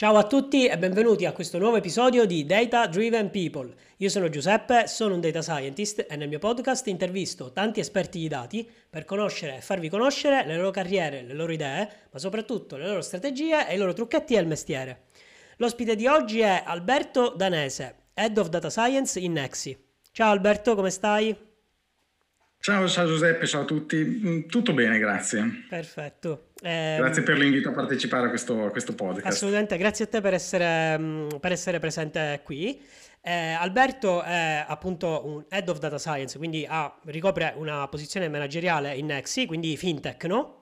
Ciao a tutti e benvenuti a questo nuovo episodio di Data Driven People. Io sono Giuseppe, sono un data scientist e nel mio podcast intervisto tanti esperti di dati per conoscere e farvi conoscere le loro carriere, le loro idee, ma soprattutto le loro strategie e i loro trucchetti al mestiere. L'ospite di oggi è Alberto Danese, Head of Data Science in Nexi. Ciao Alberto, come stai? Ciao Giuseppe, ciao a tutti. Tutto bene, grazie. Perfetto. Grazie per l'invito a partecipare a questo podcast. Assolutamente, grazie a te per essere presente qui. Alberto è appunto un Head of Data Science, quindi ricopre una posizione manageriale in Nexi, quindi fintech, no?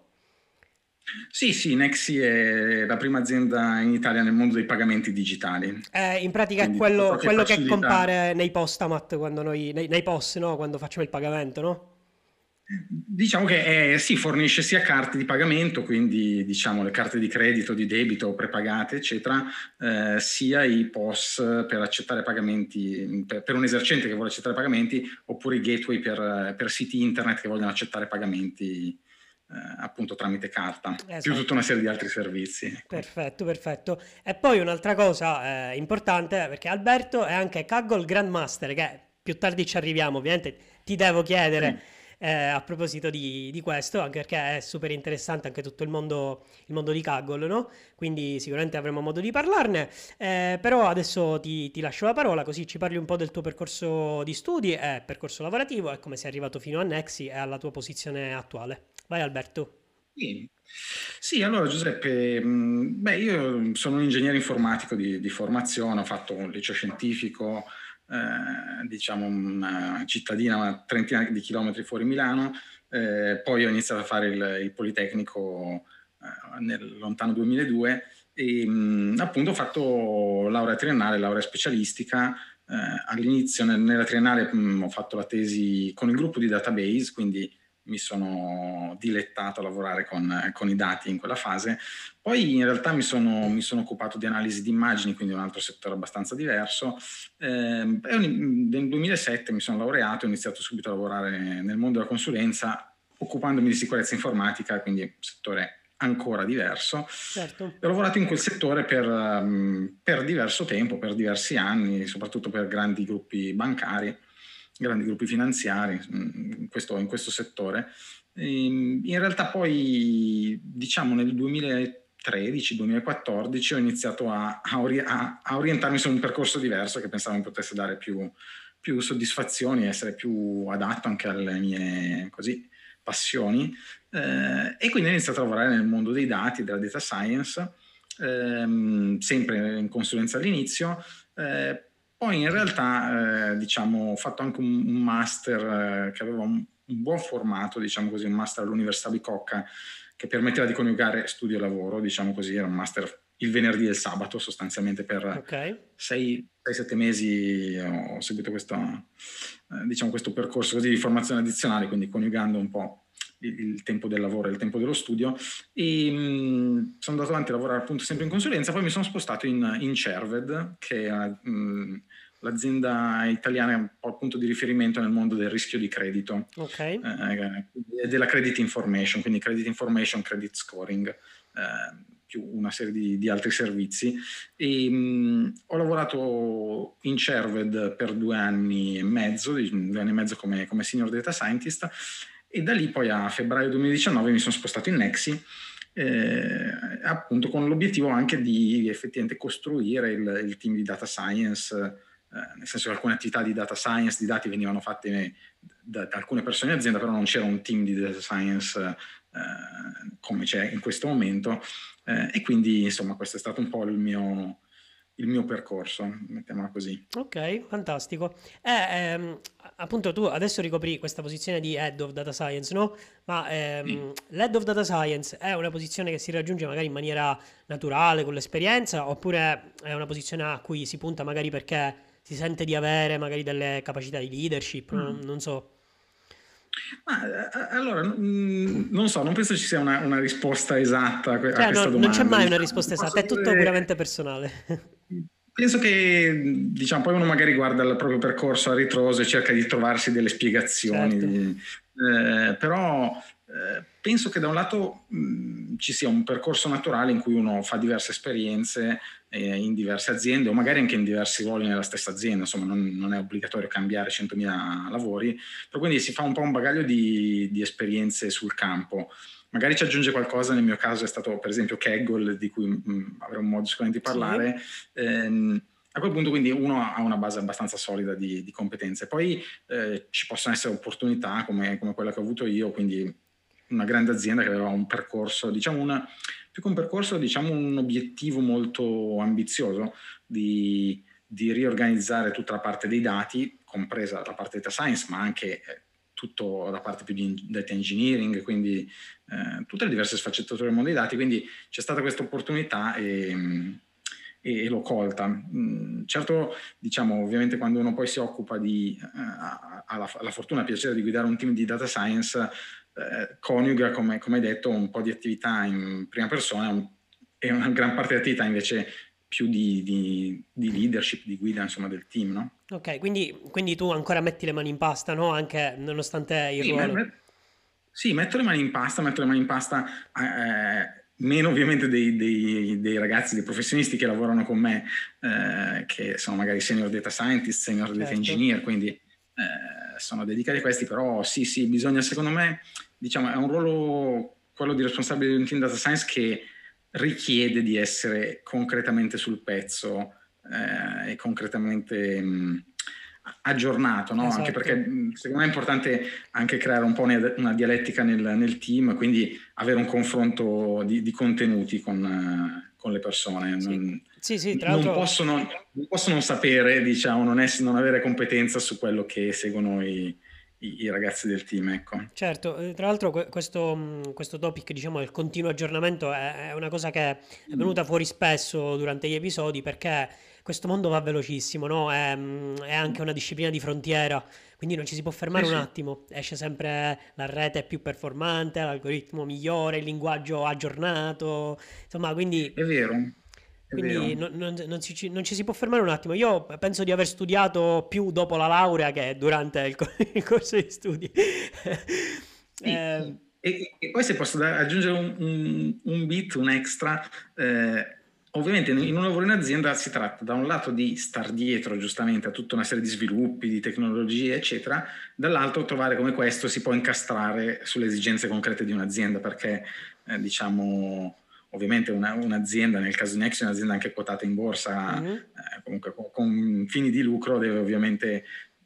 Sì, Nexi è la prima azienda in Italia nel mondo dei pagamenti digitali, In pratica è quindi tutto ciò che quello che facilita. compare nei postamat quando nei POS, no? Quando facciamo il pagamento, no? Diciamo che sì, fornisce sia carte di pagamento, quindi diciamo le carte di credito, di debito, prepagate, eccetera, sia i POS per accettare pagamenti, per un esercente che vuole accettare pagamenti, oppure i gateway per siti internet che vogliono accettare pagamenti appunto tramite carta, più tutta una Esatto. serie di altri servizi. Ecco. Perfetto, perfetto. E poi un'altra cosa importante, perché Alberto è anche Kaggle Grandmaster, che più tardi ci arriviamo, ovviamente ti devo chiedere Sì. a proposito di questo, anche perché è super interessante anche tutto il mondo di Kaggle, no? Quindi sicuramente avremo modo di parlarne. Però adesso ti lascio la parola, così ci parli un po' del tuo percorso di studi e percorso lavorativo e come sei arrivato fino a Nexi e alla tua posizione attuale. Vai Alberto. Sì. Sì, allora Giuseppe, beh, io sono un ingegnere informatico di formazione, ho fatto un liceo scientifico, diciamo una cittadina, una trentina di chilometri fuori Milano, poi ho iniziato a fare il Politecnico nel lontano 2002 e appunto ho fatto laurea triennale, laurea specialistica. All'inizio nella triennale ho fatto la tesi con il gruppo di database, quindi mi sono dilettato a lavorare con i dati in quella fase. Poi in realtà mi sono occupato di analisi di immagini, quindi un altro settore abbastanza diverso. Nel 2007 mi sono laureato e ho iniziato subito a lavorare nel mondo della consulenza, occupandomi di sicurezza informatica, quindi un settore ancora diverso. Certo. E ho lavorato in quel settore per diverso tempo, per diversi anni, soprattutto per grandi gruppi finanziari in questo settore. In realtà poi, diciamo, nel 2013-2014 ho iniziato a orientarmi su un percorso diverso che pensavo mi potesse dare più soddisfazioni, essere più adatto anche alle mie così, passioni. E quindi ho iniziato a lavorare nel mondo dei dati, della data science, sempre in consulenza all'inizio. Poi in realtà diciamo, ho fatto anche un master che aveva un buon formato, diciamo così, un master all'Università Bicocca che permetteva di coniugare studio e lavoro, diciamo così, era un master il venerdì e il sabato sostanzialmente per Ok. 6-7 mesi ho seguito questo percorso così di formazione addizionale, quindi coniugando un po' il tempo del lavoro e il tempo dello studio e sono andato avanti a lavorare appunto sempre in consulenza, poi mi sono spostato in Cerved, che è l'azienda italiana un po' il punto di riferimento nel mondo del rischio di credito Ok. e della credit information, quindi credit information, credit scoring, più una serie di altri servizi. E, ho lavorato in Cerved per 2 anni e mezzo, 2 anni e mezzo come senior data scientist, e da lì poi a febbraio 2019 mi sono spostato in Nexi, appunto con l'obiettivo anche di effettivamente costruire il team di data science, nel senso che alcune attività di data science, di dati venivano fatte da alcune persone in azienda, però non c'era un team di data science come c'è in questo momento, e quindi insomma questo è stato un po' il mio percorso, mettiamola così. Ok, fantastico. Appunto tu adesso ricopri questa posizione di Head of Data Science, no? Ma Sì. l'Head of Data Science è una posizione che si raggiunge magari in maniera naturale, con l'esperienza, oppure è una posizione a cui si punta magari perché si sente di avere magari delle capacità di leadership, Mm. non so. Ma allora, non so, non penso ci sia una risposta esatta a Cioè, questa non c'è domanda. mai una Diciamo, ti risposta esatta, posso è tutto dire, puramente personale. penso che, diciamo, poi uno magari guarda il proprio percorso a ritroso e cerca di trovarsi delle Certo. spiegazioni, però penso che da un lato ci sia un percorso naturale in cui uno fa diverse esperienze in diverse aziende o magari anche in diversi ruoli nella stessa azienda, insomma non è obbligatorio cambiare 100.000 lavori, però quindi si fa un po' un bagaglio di esperienze sul campo. Magari ci aggiunge qualcosa, nel mio caso è stato per esempio Kaggle, di cui avremo modo sicuramente di Sì. parlare. A quel punto quindi uno ha una base abbastanza solida di competenze. Poi ci possono essere opportunità come quella che ho avuto io, quindi una grande azienda che aveva un percorso, diciamo più che un percorso, diciamo un obiettivo molto ambizioso di riorganizzare tutta la parte dei dati, compresa la parte data science, ma anche tutto la parte più di data engineering, quindi tutte le diverse sfaccettature del mondo dei dati, quindi c'è stata questa opportunità e l'ho colta. Certo, diciamo, ovviamente quando uno poi si occupa ha la fortuna e il piacere di guidare un team di data science, coniuga, come hai detto, un po' di attività in prima persona e una gran parte di attività invece più di leadership, di guida, insomma, del team, no? Ok, quindi tu ancora metti le mani in pasta, no? Anche nonostante il Sì, ruolo. sì, metto le mani in pasta, meno ovviamente dei ragazzi, dei professionisti che lavorano con me, che sono magari senior data scientist, senior data Certo. engineer, quindi sono dedicati a questi, però sì, bisogna, secondo me, diciamo, è un ruolo, quello di responsabile di un team data science, che richiede di essere concretamente sul pezzo e concretamente aggiornato, no? Anche perché Esatto. secondo me è importante anche creare un po' una dialettica nel team, quindi avere un confronto di contenuti con le persone. Sì. Sì, sì, tra Non l'altro. possono, non possono sapere, diciamo, non avere competenza su quello che seguono i ragazzi del team, ecco. Certo, tra l'altro questo topic, diciamo, del continuo aggiornamento è una cosa che è venuta fuori spesso durante gli episodi perché questo mondo va velocissimo, no? È anche una disciplina di frontiera, quindi non ci si può Sì, fermare un sì, attimo. Esce sempre la rete più performante, l'algoritmo migliore, il linguaggio aggiornato, insomma, quindi, è vero, è vero. quindi non ci si può fermare un attimo. Io penso di aver studiato più dopo la laurea che durante il corso di studi. Sì, Eh, e poi se posso aggiungere un bit, un extra, ovviamente in un lavoro in azienda si tratta da un lato di star dietro giustamente a tutta una serie di sviluppi, di tecnologie, eccetera, dall'altro trovare come questo si può incastrare sulle esigenze concrete di un'azienda, perché diciamo ovviamente un'azienda, nel caso di Next, è un'azienda anche quotata in borsa, mhm, comunque con fini di lucro, deve ovviamente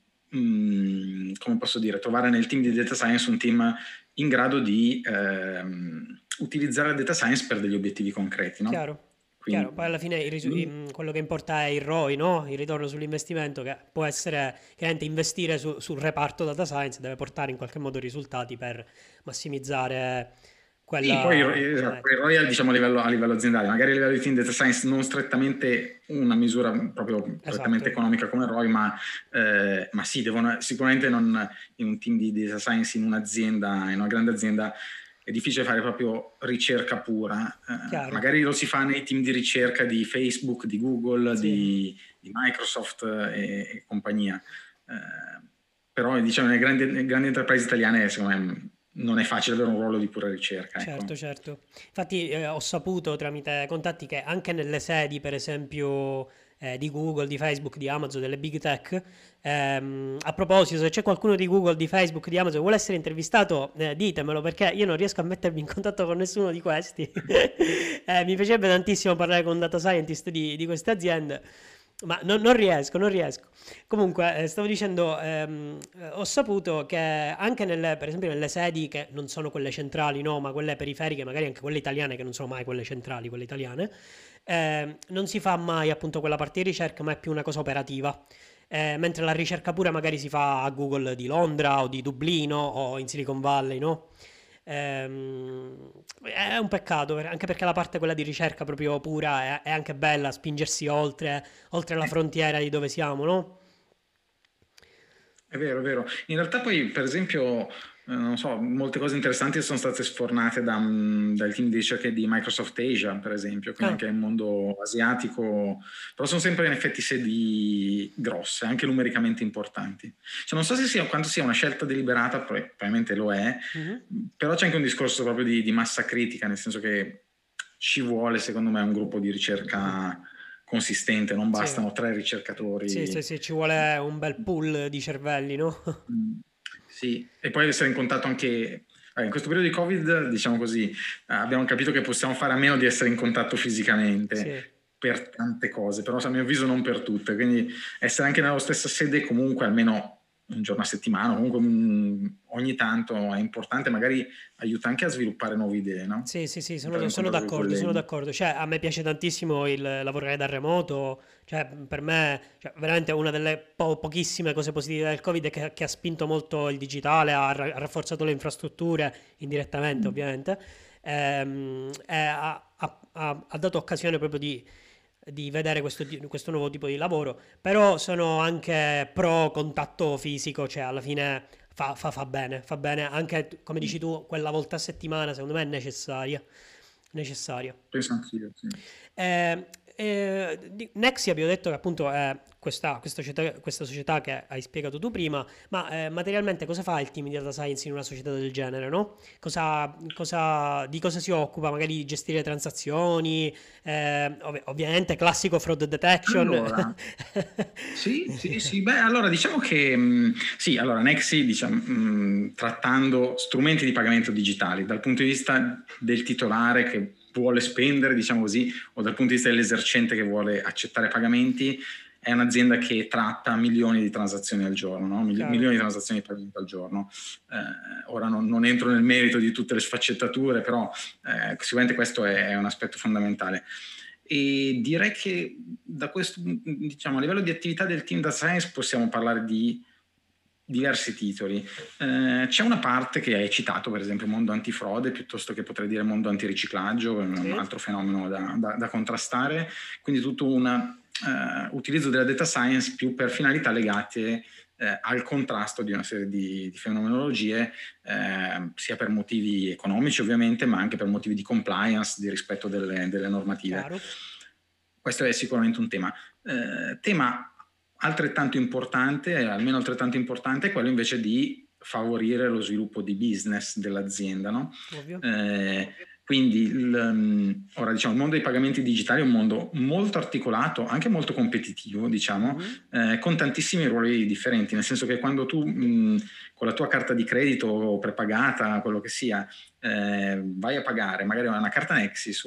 come posso dire, trovare nel team di data science un team in grado di utilizzare la data science per degli obiettivi concreti, no? chiaro, chiaro. Poi alla Quindi, fine quello che importa è il ROI, no? Il ritorno sull'investimento, che può essere chiaramente investire sul reparto data science, deve portare in qualche modo risultati per massimizzare sì, poi quella esatto, meta. poi Royal diciamo a livello aziendale, magari a livello di team data science non strettamente una misura proprio prettamente Esatto, economica come ROI, ma sì, sicuramente non in un team di data science in un'azienda, in una grande azienda, è difficile fare proprio ricerca pura. chiaro. Magari lo si fa nei team di ricerca di Facebook, di Google, Sì. di Microsoft e compagnia. Però diciamo nelle grandi enterprise italiane secondo me non è facile avere un ruolo di pura ricerca, ecco. Certo, certo. Infatti ho saputo tramite contatti che anche nelle sedi, per esempio, di Google, di Facebook, di Amazon, delle big tech, a proposito, se c'è qualcuno di Google, di Facebook, di Amazon che vuole essere intervistato, ditemelo perché io non riesco a mettermi in contatto con nessuno di questi. Mi piacerebbe tantissimo parlare con un data scientist di queste aziende. Ma non riesco, non riesco. Comunque, stavo dicendo, ho saputo che anche per esempio nelle sedi che non sono quelle centrali, no, ma quelle periferiche, magari anche quelle italiane, che non sono mai quelle centrali, quelle italiane, non si fa mai appunto quella parte di ricerca, ma è più una cosa operativa. Mentre la ricerca pura magari si fa a Google di Londra o di Dublino o in Silicon Valley, no? È un peccato, anche perché la parte quella di ricerca proprio pura è anche bella, spingersi oltre la frontiera di dove siamo, no? È vero, è vero. In realtà poi, per esempio, non so, molte cose interessanti sono state sfornate dal team di ricerca di Microsoft Asia, per esempio, quindi Ah, anche il mondo asiatico, però sono sempre in effetti sedi grosse, anche numericamente importanti. Cioè, non so se quanto sia una scelta deliberata, probabilmente lo è, mhm. però c'è anche un discorso proprio di massa critica, nel senso che ci vuole, secondo me, un gruppo di ricerca consistente, non Sì, bastano tre sì, ricercatori. sì, sì, ci vuole un bel pool di cervelli, no? Mm, sì, e poi essere in contatto anche, in questo periodo di Covid, diciamo così, abbiamo capito che possiamo fare a meno di essere in contatto fisicamente Sì. per tante cose, però a mio avviso non per tutte, quindi essere anche nella stessa sede comunque almeno un giorno a settimana, comunque ogni tanto è importante, magari aiuta anche a sviluppare nuove idee, no? Sì, sì, sì, Entrare in sono contatto con i d'accordo, sono colleghi. d'accordo. Cioè, a me piace tantissimo il lavorare da remoto. Cioè, per me, cioè, veramente una delle pochissime cose positive del Covid è che ha spinto molto il digitale, ha rafforzato le infrastrutture, indirettamente Mm. ovviamente, e ha dato occasione proprio di vedere questo nuovo tipo di lavoro. Però sono anche pro contatto fisico, cioè alla fine fa bene, anche come dici tu, quella volta a settimana secondo me è necessaria. Necessaria. Penso anch'io, sì. Nexi abbiamo detto che appunto è questa società che hai spiegato tu prima, ma materialmente cosa fa il team di data science in una società del genere, no? Di cosa si occupa? Magari di gestire le transazioni, ovviamente classico fraud detection. Allora, sì, sì, sì. Beh, allora diciamo che sì, allora Nexi, diciamo, trattando strumenti di pagamento digitali dal punto di vista del titolare che vuole spendere, diciamo così, o dal punto di vista dell'esercente che vuole accettare pagamenti, è un'azienda che tratta milioni di transazioni al giorno, no? Chiaro. Milioni di transazioni di pagamento al giorno. Ora non entro nel merito di tutte le sfaccettature, però sicuramente questo è un aspetto fondamentale. E direi che da questo, diciamo, a livello di attività del team data science possiamo parlare di diversi titoli. C'è una parte che hai citato, per esempio mondo antifrode, piuttosto che potrei dire mondo antiriciclaggio, un Sì. altro fenomeno da contrastare, quindi tutto un utilizzo della data science più per finalità legate al contrasto di una serie di fenomenologie, sia per motivi economici ovviamente, ma anche per motivi di compliance, di rispetto delle normative. Chiaro. Questo è sicuramente un tema. Tema altrettanto importante, almeno altrettanto importante, è quello invece di favorire lo sviluppo di business dell'azienda, no? Ovvio. Quindi ora diciamo il mondo dei pagamenti digitali è un mondo molto articolato, anche molto competitivo, diciamo, Mhm. con tantissimi ruoli differenti, nel senso che quando tu con la tua carta di credito prepagata, quello che sia, vai a pagare magari una carta Nexi su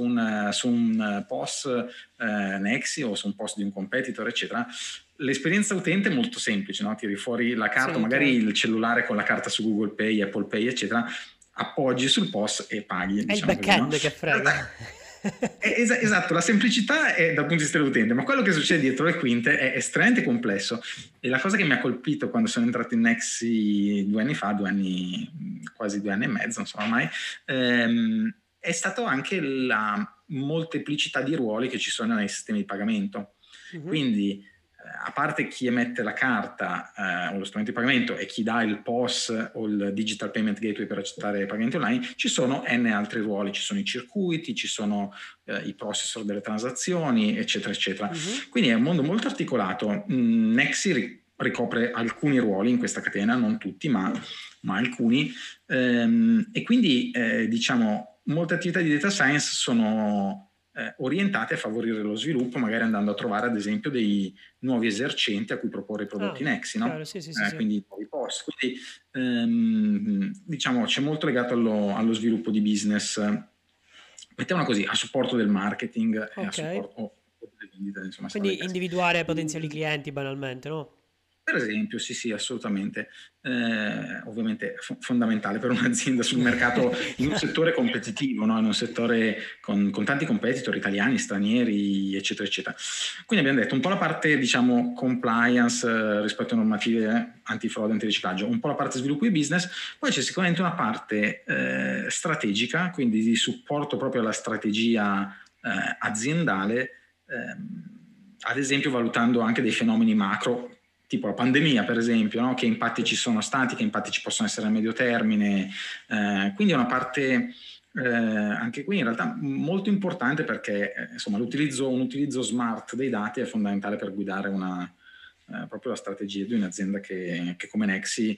un POS Nexi o su un POS di un competitor, eccetera, l'esperienza utente è molto semplice, no? Tiri fuori la carta, Sì, magari chiaro. il cellulare con la carta su Google Pay, Apple Pay, eccetera, appoggi sul POS e paghi, È il diciamo così, no? back-end che frega. Esatto, la semplicità è dal punto di vista dell'utente, ma quello che succede dietro le quinte è estremamente complesso. E la cosa che mi ha colpito quando sono entrato in Nexi 2 anni fa, 2 anni, quasi 2 anni e mezzo, insomma, ormai, è stato anche la molteplicità di ruoli che ci sono nei sistemi di pagamento. Mhm. Quindi, a parte chi emette la carta o lo strumento di pagamento e chi dà il POS o il Digital Payment Gateway per accettare pagamenti online, ci sono n altri ruoli, ci sono i circuiti, ci sono i processor delle transazioni, eccetera, eccetera. Mhm. Quindi è un mondo molto articolato. Nexi ricopre alcuni ruoli in questa catena, non tutti, ma alcuni, e quindi diciamo molte attività di data science sono orientate a favorire lo sviluppo, magari andando a trovare ad esempio dei nuovi esercenti a cui proporre i prodotti Ah, Nexi, chiaro, no? sì, sì, sì, sì. Quindi nuovi post. Quindi diciamo c'è molto legato allo sviluppo di business, mettiamola così, a supporto del marketing e a Ok. supporto delle vendite, insomma, siamo dei Quindi casi. individuare potenziali clienti banalmente, no? Per esempio, sì, sì, assolutamente. Ovviamente fondamentale per un'azienda sul mercato, in un settore competitivo, no? In un settore con tanti competitor italiani, stranieri, eccetera, eccetera. Quindi abbiamo detto un po' la parte, diciamo, compliance rispetto a normative antifrode, antiriciclaggio, un po' la parte sviluppo e business, poi c'è sicuramente una parte strategica, quindi di supporto proprio alla strategia aziendale, ad esempio valutando anche dei fenomeni macro tipo la pandemia per esempio, no? Che impatti ci sono stati, che impatti ci possono essere a medio termine, quindi è una parte anche qui in realtà molto importante perché insomma un utilizzo smart dei dati è fondamentale per guidare proprio la strategia di un'azienda che come Nexi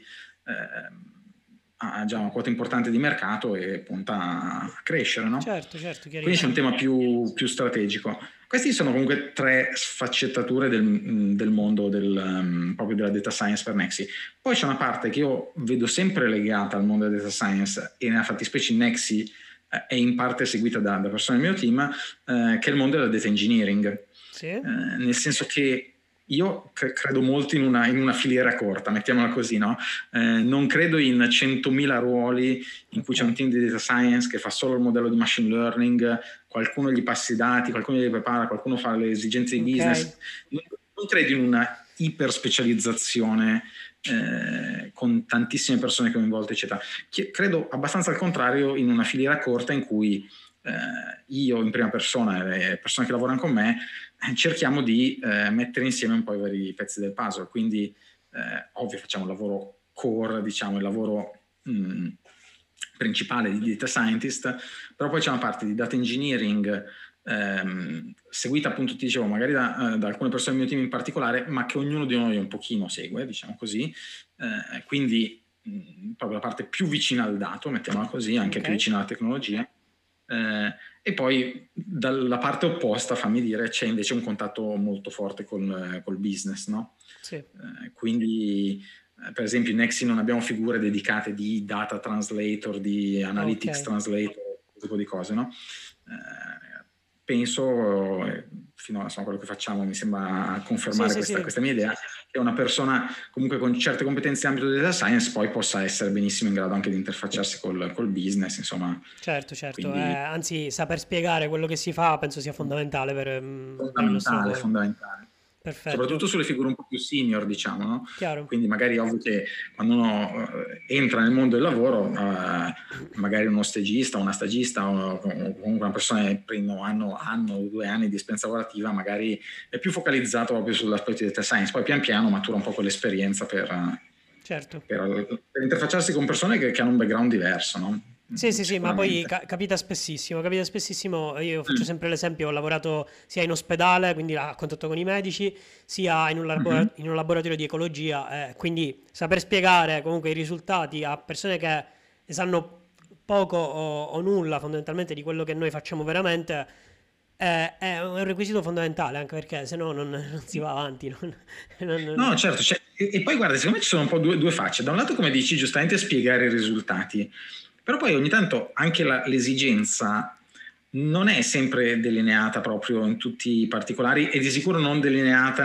ha già una quota importante di mercato e punta a crescere, no? Certo, Quindi c'è un chiarissimo. tema più strategico. Questi sono comunque 3 sfaccettature del mondo proprio della data science per Nexi. Poi c'è una parte che io vedo sempre legata al mondo della data science e nella fattispecie Nexi è in parte seguita da persone del mio team, che è il mondo della data engineering. Sì. Nel senso che io credo molto in una filiera corta, mettiamola così, no? Non credo in 100.000 ruoli in cui c'è un team di data science che fa solo il modello di machine learning, qualcuno gli passa i dati, qualcuno li prepara, qualcuno fa le esigenze di business. Non credo in una iperspecializzazione con tantissime persone coinvolte, eccetera. Credo abbastanza al contrario in una filiera corta in cui io in prima persona e le persone che lavorano con me cerchiamo di mettere insieme un po' i vari pezzi del puzzle, quindi ovvio facciamo il lavoro core, diciamo il lavoro principale di data scientist, però poi c'è una parte di data engineering seguita appunto, ti dicevo, magari da alcune persone del mio team in particolare, ma che ognuno di noi un pochino segue, diciamo così, quindi proprio la parte più vicina al dato, mettiamola così, anche più vicina alla tecnologia. E poi dalla parte opposta, fammi dire, c'è invece un contatto molto forte col business, no? Sì. Quindi per esempio in Nexi non abbiamo figure dedicate di data translator, di analytics translator, questo tipo di cose, no? Penso, fino a quello che facciamo mi sembra confermare questa mia idea, che una persona comunque con certe competenze in ambito di data science poi possa essere benissimo in grado anche di interfacciarsi col business, insomma. Certo, Quindi, anzi saper spiegare quello che si fa penso sia fondamentale per il nostro lavoro. Fondamentale. Perfetto. Soprattutto sulle figure un po' più senior, diciamo, no? Chiaro. Quindi magari ovvio che quando uno entra nel mondo del lavoro, magari uno stagista, una stagista o comunque una persona che prende anno o 2 anni di esperienza lavorativa, magari è più focalizzato proprio sull'aspetto di data science, poi pian piano matura un po' quell'esperienza per interfacciarsi con persone che hanno un background diverso, no? Sì, ma poi capita spessissimo. Io faccio sempre l'esempio, ho lavorato sia in ospedale, quindi a contatto con i medici, sia in un laboratorio di ecologia, quindi saper spiegare comunque i risultati a persone che ne sanno poco o nulla fondamentalmente di quello che noi facciamo veramente è un requisito fondamentale, anche perché se no non si va avanti. No, certo, e poi guarda, secondo me ci sono un po' due facce. Da un lato, come dici, giustamente spiegare i risultati, però poi ogni tanto anche l'esigenza non è sempre delineata proprio in tutti i particolari e di sicuro non delineata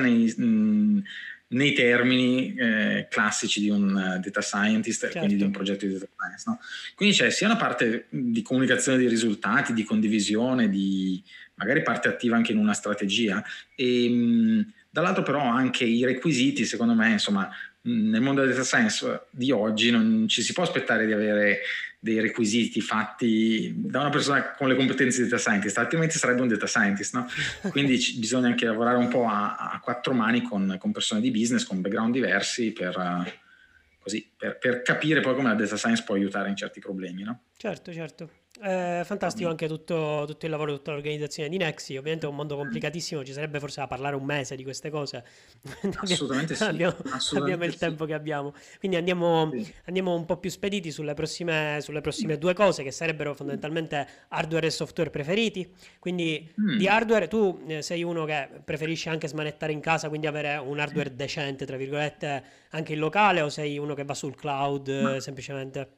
nei termini classici di un data scientist, quindi di un progetto di data science, no? Quindi c'è sia una parte di comunicazione dei risultati, di condivisione, di magari parte attiva anche in una strategia e dall'altro però anche i requisiti, secondo me, insomma, nel mondo della data science di oggi non ci si può aspettare di avere dei requisiti fatti da una persona con le competenze di data scientist, altrimenti sarebbe un data scientist, no? Quindi bisogna anche lavorare un po' a 4 mani con persone di business, con background diversi per capire poi come la data science può aiutare in certi problemi, no? Certo. Fantastico anche tutto il lavoro, tutta l'organizzazione di Nexi. Ovviamente è un mondo complicatissimo, ci sarebbe forse da parlare un mese di queste cose. Assolutamente sì. Abbiamo il tempo che abbiamo. Quindi andiamo un po' più spediti sulle prossime 2 cose che sarebbero fondamentalmente hardware e software preferiti. Quindi di hardware tu sei uno che preferisce anche smanettare in casa, quindi avere un hardware decente, tra virgolette, anche in locale, o sei uno che va sul cloud semplicemente?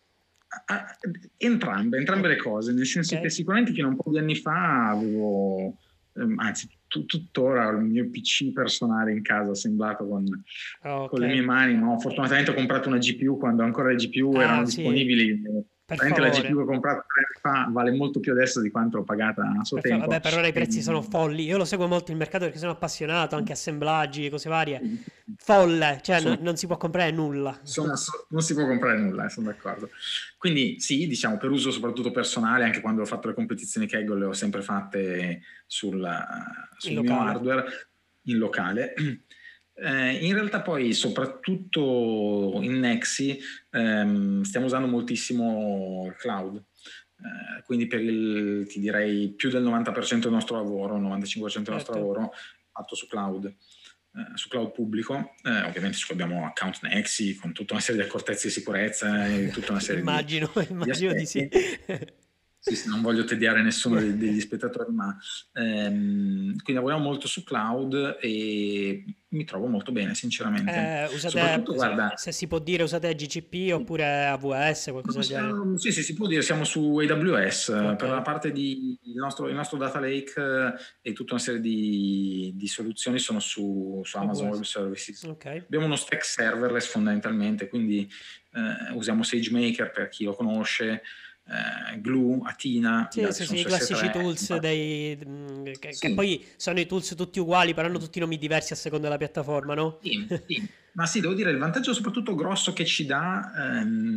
Entrambe le cose, nel senso che sicuramente fino a un po' di anni fa avevo, anzi tuttora il mio PC personale in casa assemblato con le mie mani, no? Fortunatamente ho comprato una GPU quando ancora le GPU erano disponibili. La GPU che ho comprato 3 anni fa vale molto più adesso di quanto l'ho pagata a suo tempo. Vabbè, per ora i prezzi sono folli. Io lo seguo molto il mercato perché sono appassionato, anche assemblaggi, cose varie. Folle, cioè non si può comprare nulla. Non si può comprare nulla, sono d'accordo. Quindi sì, diciamo per uso soprattutto personale, anche quando ho fatto le competizioni Kaggle le ho sempre fatte sul mio hardware in locale. In realtà poi, soprattutto in Nexi, stiamo usando moltissimo il cloud. Quindi ti direi più del 90% del nostro lavoro, 95% del nostro Certo. lavoro fatto su cloud pubblico. Ovviamente abbiamo account Nexi con tutta una serie di accortezze di sicurezza e tutta una serie Immagino, di immagino di sì. aspetti. Sì, sì, non voglio tediare nessuno degli spettatori, ma quindi lavoriamo molto su cloud e mi trovo molto bene, sinceramente. Usate, Soprattutto, guarda, se si può dire, usate GCP oppure AWS, qualcosa del genere? sì, sì, si può dire, siamo su AWS, Ok, per la parte di il nostro data lake, e tutta una serie di soluzioni sono su Amazon AWS. Web Services. Ok. Abbiamo uno stack serverless fondamentalmente, quindi usiamo SageMaker per chi lo conosce, Glue, Athena, i Sì, dati sì, sono sì, i su classici S3. tools che Sì, poi sono i tools tutti uguali, però hanno tutti nomi diversi a seconda della piattaforma, no? sì, sì. Ma sì, devo dire, il vantaggio soprattutto grosso che ci dà,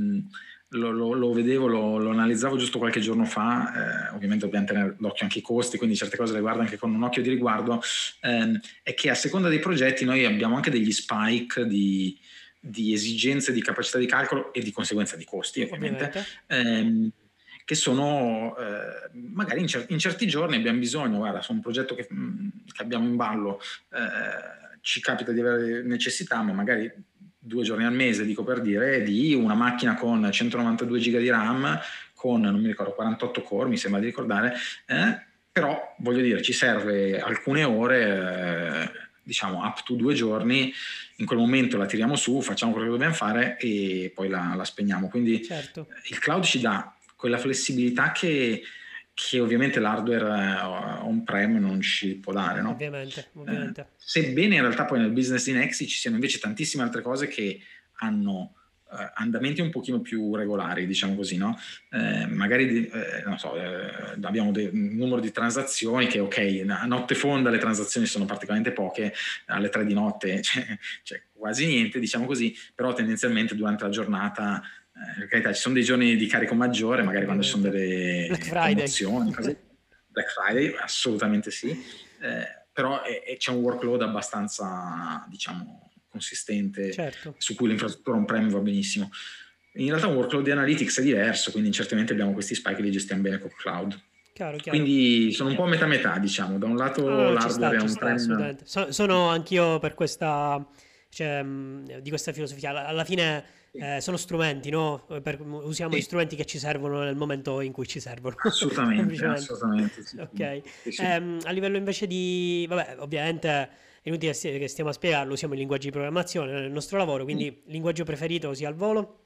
lo vedevo, lo analizzavo giusto qualche giorno fa, ovviamente dobbiamo tenere d'occhio anche i costi, quindi certe cose le guardo anche con un occhio di riguardo, è che a seconda dei progetti noi abbiamo anche degli spike di esigenze, di capacità di calcolo e di conseguenza di costi, ovviamente, Ovviamente. ehm, che sono magari in certi giorni abbiamo bisogno, guarda, su un progetto che abbiamo in ballo, ci capita di avere necessità, ma magari 2 giorni al mese, dico per dire, di una macchina con 192 giga di RAM, con, non mi ricordo, 48 core, mi sembra di ricordare, però voglio dire, ci serve alcune ore, diciamo up to 2 giorni, in quel momento la tiriamo su, facciamo quello che dobbiamo fare e poi la spegniamo. Quindi Certo, il cloud ci dà quella flessibilità che ovviamente l'hardware on-prem non ci può dare, no? ovviamente, ovviamente. Sebbene in realtà poi nel business di Nexi ci siano invece tantissime altre cose che hanno andamenti un pochino più regolari, diciamo così, no? Magari, non so, abbiamo un numero di transazioni che, ok, a notte fonda le transazioni sono particolarmente poche, alle 3 di notte c'è quasi niente, diciamo così, però tendenzialmente durante la giornata, per carità, ci sono dei giorni di carico maggiore, magari quando ci sono Ovviamente. Black delle Friday. promozioni, cose. Black Friday, assolutamente sì, però c'è un workload abbastanza, diciamo, consistente, Certo, su cui l'infrastruttura on-prem va benissimo. In realtà un workload di analytics è diverso, quindi in certi momenti abbiamo questi spike che li gestiamo bene con cloud. chiaro, chiaro. Quindi sono un po' a metà metà, diciamo, da un No, no, lato no, l'hardware è ci sta, on-prem. assolutamente. Sono anch'io per questa, cioè, di questa filosofia. Alla fine Sì, sono strumenti, no? Usiamo gli sì, strumenti che ci servono nel momento in cui ci servono, assolutamente, semplicemente. assolutamente, sì, sì, Ok. sì, sì. A livello invece di, vabbè, ovviamente è inutile che stiamo a spiegarlo, usiamo i linguaggi di programmazione nel nostro lavoro, Sì. quindi linguaggio preferito sia al volo?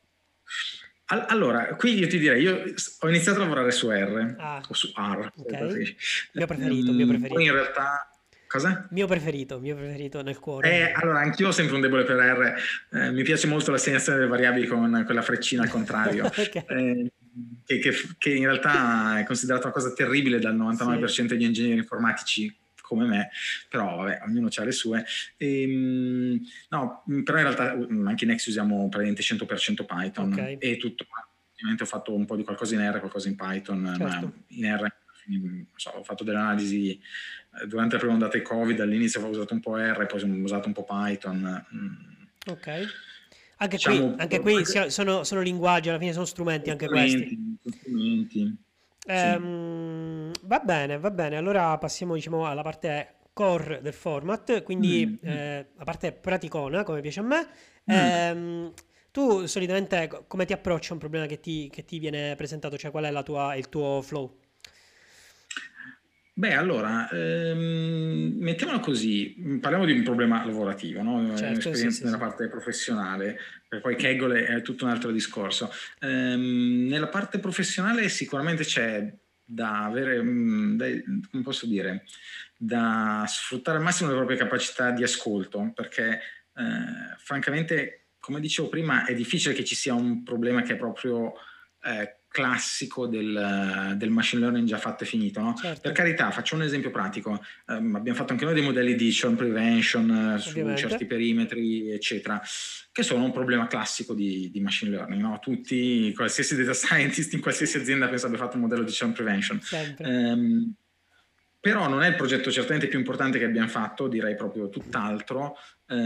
Allora, qui io ti direi, io ho iniziato a lavorare su R, Ah, o su R, ok. se preferisci. Mio preferito, mio Poi in preferito. realtà. Cosa? Mio preferito nel cuore. Allora, anch'io ho sempre un debole per R, mi piace molto l'assegnazione delle variabili con quella freccina al contrario, Ok. eh, che in realtà è considerata una cosa terribile dal Sì, 99% degli ingegneri informatici come me, però vabbè, ognuno ha le sue. No, però in realtà anche in Next usiamo praticamente 100% ok, Python e tutto. Ovviamente ho fatto un po' di qualcosa in R, qualcosa in Python, ma certo. in R non so, ho fatto delle analisi durante la prima ondata di Covid, all'inizio ho usato un po' R, poi ho usato un po' Python. Ok. Diciamo, Anche qui sono linguaggi, alla fine sono strumenti anche questi. strumenti, sì. Va bene, va bene. Allora passiamo, diciamo, alla parte core del format, quindi Mm, mm, la parte praticona, come piace a me. mm. Tu solitamente come ti approcci a un problema che ti viene presentato? Cioè qual è il tuo flow? Beh, allora, mettiamola così, parliamo di un problema lavorativo, no? Certo, sì, Un'esperienza sì, nella sì. parte professionale, per poi Kaggle è tutto un altro discorso. Nella parte professionale sicuramente c'è da avere, come posso dire, da sfruttare al massimo le proprie capacità di ascolto, perché francamente, come dicevo prima, è difficile che ci sia un problema che è proprio classico del machine learning già fatto e finito, no? Per Certo, carità, faccio un esempio pratico. Abbiamo fatto anche noi dei modelli di churn prevention su certi ovviamente. perimetri, eccetera, che sono un problema classico di machine learning, no? Tutti, qualsiasi data scientist in qualsiasi azienda penso abbia fatto un modello di churn prevention. Sempre. Ehm, però non è il progetto certamente più importante che abbiamo fatto, direi proprio tutt'altro,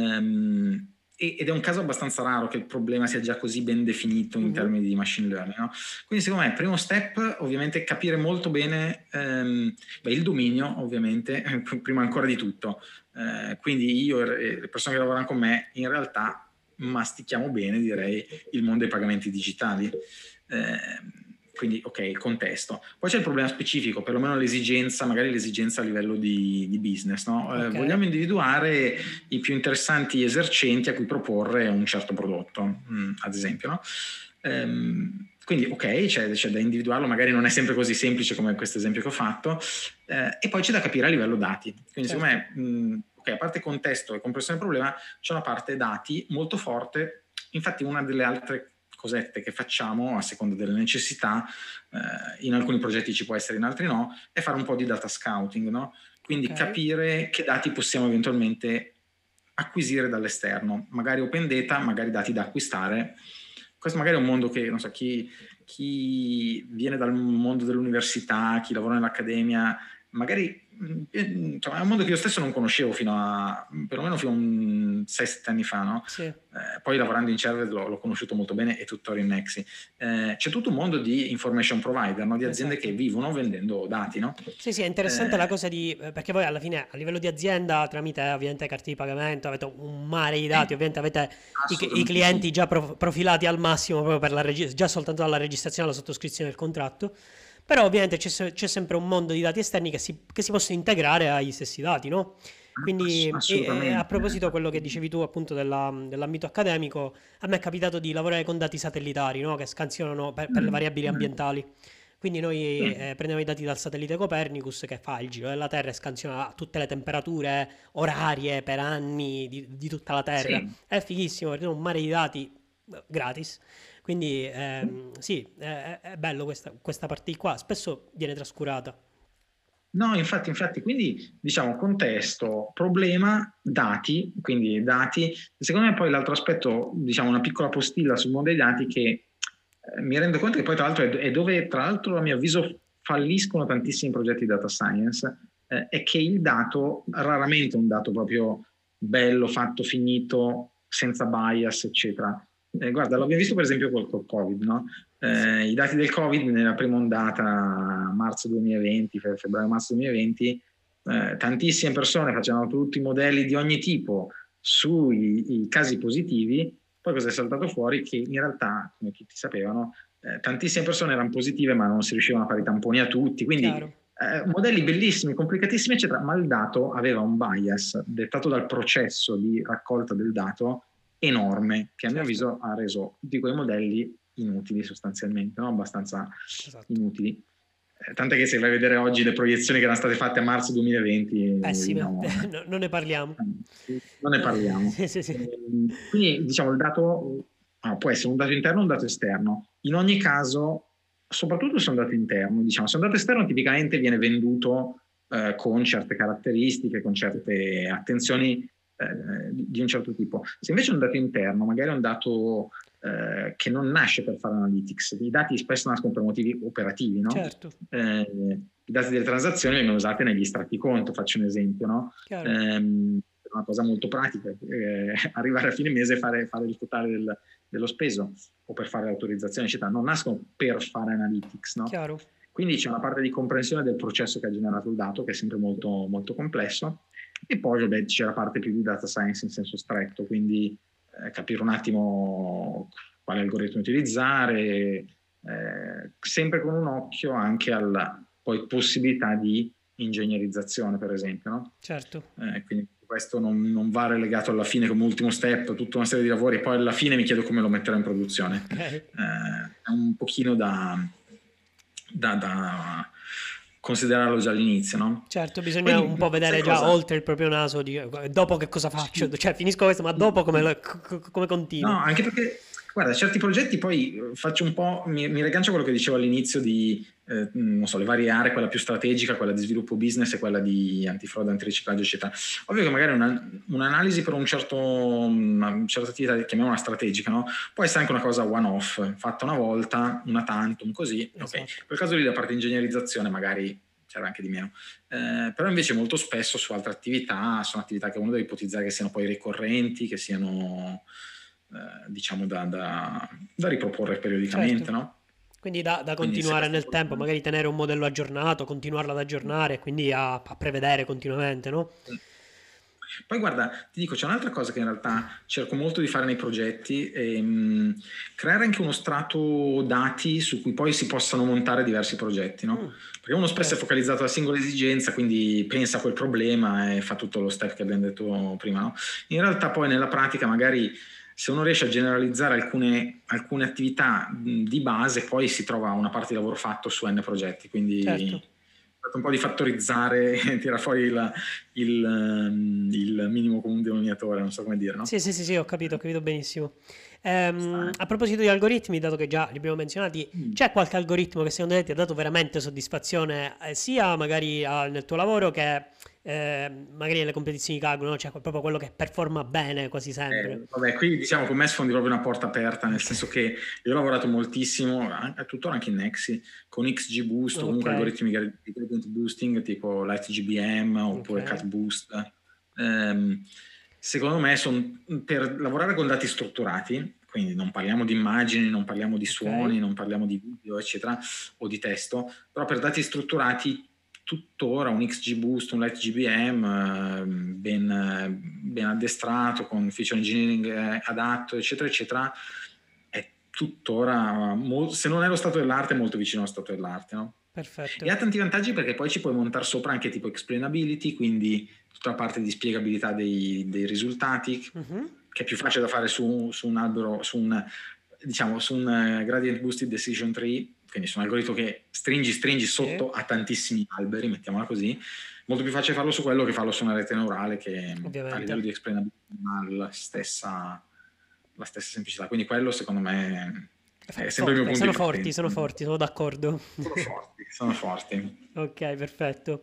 ed è un caso abbastanza raro che il problema sia già così ben definito in termini di machine learning, no? Quindi secondo me il primo step ovviamente è capire molto bene il dominio, ovviamente, prima ancora di tutto. Quindi io e le persone che lavorano con me in realtà mastichiamo bene, direi, il mondo dei pagamenti digitali. Quindi ok, il contesto. Poi c'è il problema specifico, perlomeno l'esigenza, magari l'esigenza a livello di business, no? Ok. Vogliamo individuare i più interessanti esercenti a cui proporre un certo prodotto, ad esempio, no? Quindi ok, c'è da individuarlo, magari non è sempre così semplice come questo esempio che ho fatto, e poi c'è da capire a livello dati. Quindi secondo me, ok, a parte contesto e comprensione del problema, c'è una parte dati molto forte. Infatti una delle altre cosette che facciamo a seconda delle necessità, in alcuni progetti ci può essere, in altri no, è fare un po' di data scouting, no? Quindi capire che dati possiamo eventualmente acquisire dall'esterno, magari open data, magari dati da acquistare. Questo magari è un mondo che, non so, chi viene dal mondo dell'università, chi lavora nell'accademia, magari insomma, è un mondo che io stesso non conoscevo perlomeno fino a 6-7 anni fa, no? Sì. Poi lavorando in Cerved l'ho conosciuto molto bene e tuttora in Nexi. C'è tutto un mondo di information provider, no? Di aziende che vivono vendendo dati, no? Sì, è interessante la cosa perché voi alla fine a livello di azienda tramite ovviamente carte di pagamento avete un mare di dati, ovviamente avete i clienti sì. già profilati al massimo proprio per già soltanto dalla registrazione alla sottoscrizione del contratto. Però ovviamente c'è sempre un mondo di dati esterni che si possono integrare agli stessi dati, no? Quindi a proposito quello che dicevi tu appunto dell'ambito accademico, a me è capitato di lavorare con dati satellitari, no? Che scansionano per le variabili ambientali. Quindi noi prendiamo i dati dal satellite Copernicus che fa il giro della Terra e scansiona tutte le temperature orarie per anni di tutta la Terra. Sì. È fighissimo perché è un mare di dati gratis. Quindi sì, è bello questa parte qua, spesso viene trascurata. No, infatti, quindi diciamo contesto, problema, dati, quindi dati. Secondo me poi l'altro aspetto, diciamo una piccola postilla sul mondo dei dati che mi rendo conto che poi tra l'altro è dove tra l'altro a mio avviso falliscono tantissimi progetti di data science, è che il dato, raramente un dato proprio bello, fatto, finito, senza bias, eccetera. Guarda, l'abbiamo visto per esempio col Covid, no? I dati del Covid nella prima ondata, marzo 2020, febbraio-marzo 2020, tantissime persone facevano tutti i modelli di ogni tipo sui casi positivi. Poi cosa è saltato fuori? Che in realtà, come tutti sapevano, tantissime persone erano positive ma non si riuscivano a fare i tamponi a tutti, quindi modelli bellissimi, complicatissimi, eccetera, ma il dato aveva un bias dettato dal processo di raccolta del dato enorme, che a mio avviso ha reso tutti quei modelli inutili sostanzialmente, no? Abbastanza inutili. Tant'è che se vai a vedere oggi le proiezioni che erano state fatte a marzo 2020 pessime, non ne parliamo. Non ne parliamo. Sì. Quindi diciamo il dato può essere un dato interno o un dato esterno. In ogni caso, soprattutto se è un dato interno, diciamo, se è un dato esterno tipicamente viene venduto con certe caratteristiche, con certe attenzioni di un certo tipo. Se invece è un dato interno, magari è un dato che non nasce per fare analytics, i dati spesso nascono per motivi operativi, no? Certo. I dati delle transazioni vengono usati negli estratti conto, faccio un esempio, no? Una cosa molto pratica, arrivare a fine mese e fare il totale dello speso o per fare l'autorizzazione, eccetera, non nascono per fare analytics, no? Chiaro. Quindi c'è una parte di comprensione del processo che ha generato il dato, che è sempre molto, molto complesso, e poi vabbè, c'è la parte più di data science in senso stretto, quindi capire un attimo quale algoritmo utilizzare, sempre con un occhio anche alla poi possibilità di ingegnerizzazione, per esempio, no? Certo. Quindi questo non va relegato alla fine come ultimo step, tutta una serie di lavori, e poi alla fine mi chiedo come lo metterò in produzione. È un pochino da considerarlo già all'inizio, no? Certo, bisogna un po' vedere già oltre il proprio naso, dopo che cosa faccio, cioè finisco questo, ma dopo come continuo? No, anche perché, guarda, certi progetti poi faccio un po', mi riaggancio a quello che dicevo all'inizio di, non so, le varie aree, quella più strategica, quella di sviluppo business e quella di antifrode, antiriciclaggio, eccetera. Ovvio che magari un'analisi per una certa attività, chiamiamola strategica, no? Può essere anche una cosa one-off, fatta una volta, una tantum, così. Esatto. Ok. Per il caso lì la parte di ingegnerizzazione magari serve anche di meno. Però invece molto spesso su altre attività, sono attività che uno deve ipotizzare che siano poi ricorrenti, che siano diciamo da riproporre periodicamente, Certo. no? Quindi da Quindi se continuare questo è nel tempo, importante. magari tenere un modello aggiornato, continuarlo ad aggiornare, quindi a prevedere continuamente, no? Poi guarda, ti dico, c'è un'altra cosa che in realtà cerco molto di fare nei progetti, creare anche uno strato dati su cui poi si possano montare diversi progetti, no? Perché uno Ok, spesso è focalizzato alla singola esigenza, quindi pensa a quel problema e fa tutto lo step che abbiamo detto prima, no? In realtà poi nella pratica magari se uno riesce a generalizzare alcune attività di base, poi si trova una parte di lavoro fatto su N progetti, certo. quindi un po' di fattorizzare e tira fuori il minimo comune denominatore, non so come dire, no? Sì, sì, sì, sì, ho capito benissimo. Sta, A proposito di algoritmi, dato che già li abbiamo menzionati, c'è qualche algoritmo che secondo te ti ha dato veramente soddisfazione, sia magari nel tuo lavoro che magari nelle competizioni di calcolo, no? Cioè proprio quello che performa bene quasi sempre. Vabbè, qui diciamo con me sfondi proprio una porta aperta, nel Ok, senso che io ho lavorato moltissimo, tuttora anche in Nexi, con XGBoost o ok, comunque algoritmi di gradient boosting tipo LightGBM ok, oppure CatBoost. Ehm, Secondo me per lavorare con dati strutturati, quindi non parliamo di immagini, non parliamo di ok, suoni, non parliamo di video, eccetera, o di testo, però per dati strutturati tuttora un XGBoost, un LightGBM ben addestrato, con feature engineering adatto, eccetera, eccetera, è tuttora, se non è lo stato dell'arte, è molto vicino allo stato dell'arte, no? E perfetto. ha tanti vantaggi perché poi ci puoi montare sopra anche tipo explainability, quindi tutta la parte di spiegabilità dei risultati, Mhm. che è più facile da fare su un albero, diciamo, su un gradient boosted decision tree, quindi su un algoritmo che stringi Sì, sotto a tantissimi alberi, mettiamola così. Molto più facile farlo su quello che farlo su una rete neurale che a ovviamente. livello di explainability non ha la stessa semplicità. Quindi quello secondo me è sempre il mio Forte, punto di partenza. sono forti, sono d'accordo. Sono forti, sono forti. Ok, perfetto.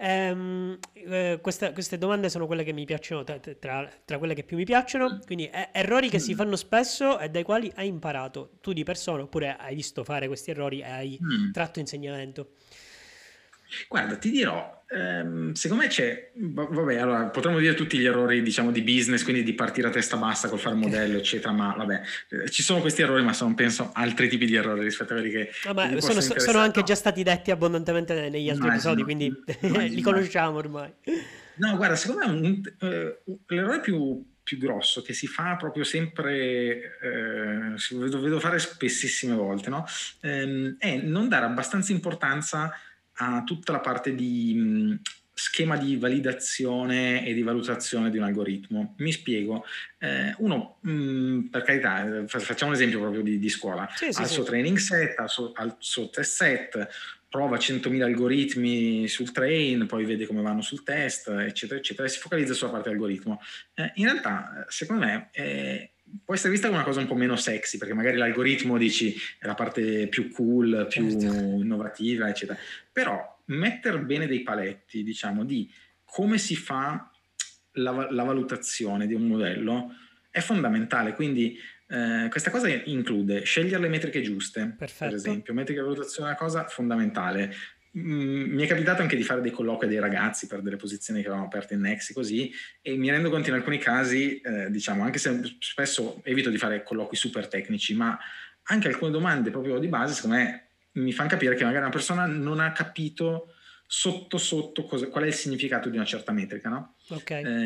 Queste domande sono quelle che mi piacciono, tra quelle che più mi piacciono. Quindi, errori che si Mm. fanno spesso e dai quali hai imparato tu di persona, oppure hai visto fare questi errori e hai Mm. tratto insegnamento. Guarda, ti dirò, secondo me vabbè, allora potremmo dire tutti gli errori, diciamo, di business, quindi di partire a testa bassa col fare il Ok. modello, eccetera, ma vabbè, ci sono questi errori, ma sono, penso, altri tipi di errori rispetto a quelli che ti Vabbè, sono, possono sono interessare. anche già No, stati detti abbondantemente negli altri episodi, immagino, quindi li immagino. conosciamo ormai. No, guarda, secondo me l'errore più grosso che si fa proprio sempre, vedo fare spessissime volte, no? È non dare abbastanza importanza a tutta la parte di schema di validazione e di valutazione di un algoritmo. Mi spiego. Uno, per carità, facciamo un esempio proprio di scuola. Sì, Ha sì, il suo sì. training set, al suo test set, prova 100.000 algoritmi sul train, poi vede come vanno sul test, eccetera, eccetera, e si focalizza sulla parte algoritmo. In realtà, secondo me, può essere vista come una cosa un po' meno sexy, perché magari l'algoritmo, dici, è la parte più cool, più Certo. innovativa, eccetera. Però mettere bene dei paletti, diciamo, di come si fa la valutazione di un modello è fondamentale. Quindi questa cosa include scegliere le metriche giuste, per Perfetto. esempio. Metriche di valutazione è una cosa fondamentale. Mi è capitato anche di fare dei colloqui a dei ragazzi per delle posizioni che avevamo aperte in Nexi così, e mi rendo conto in alcuni casi, diciamo, anche se spesso evito di fare colloqui super tecnici, ma anche alcune domande proprio di base, secondo me, mi fanno capire che magari una persona non ha capito sotto qual è il significato di una certa metrica, no? Ok.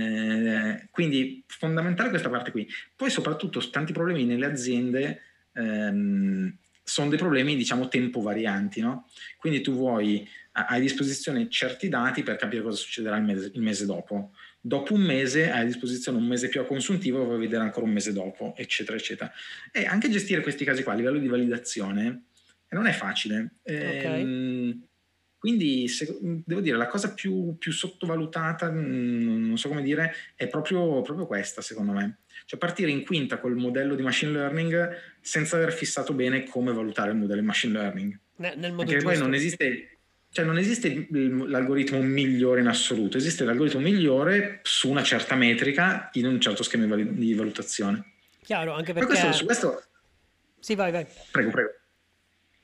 Quindi fondamentale questa parte qui. Poi soprattutto tanti problemi nelle aziende sono dei problemi, diciamo, tempo varianti, no? Quindi tu hai a disposizione certi dati per capire cosa succederà il mese dopo. Dopo un mese hai a disposizione un mese più a consuntivo, vuoi vedere ancora un mese dopo, eccetera, eccetera. E anche gestire questi casi qua a livello di validazione non è facile. Ok. Quindi devo dire, la cosa più sottovalutata, non so come dire, è proprio questa, secondo me. Cioè partire in quinta col modello di machine learning senza aver fissato bene come valutare il modello di machine learning. Nel modo Anche poi non giusto. esiste, cioè non esiste l'algoritmo migliore in assoluto, esiste l'algoritmo migliore su una certa metrica in un certo schema di valutazione. Chiaro, anche Poi su perché... questo, Sì, vai, vai. prego, prego.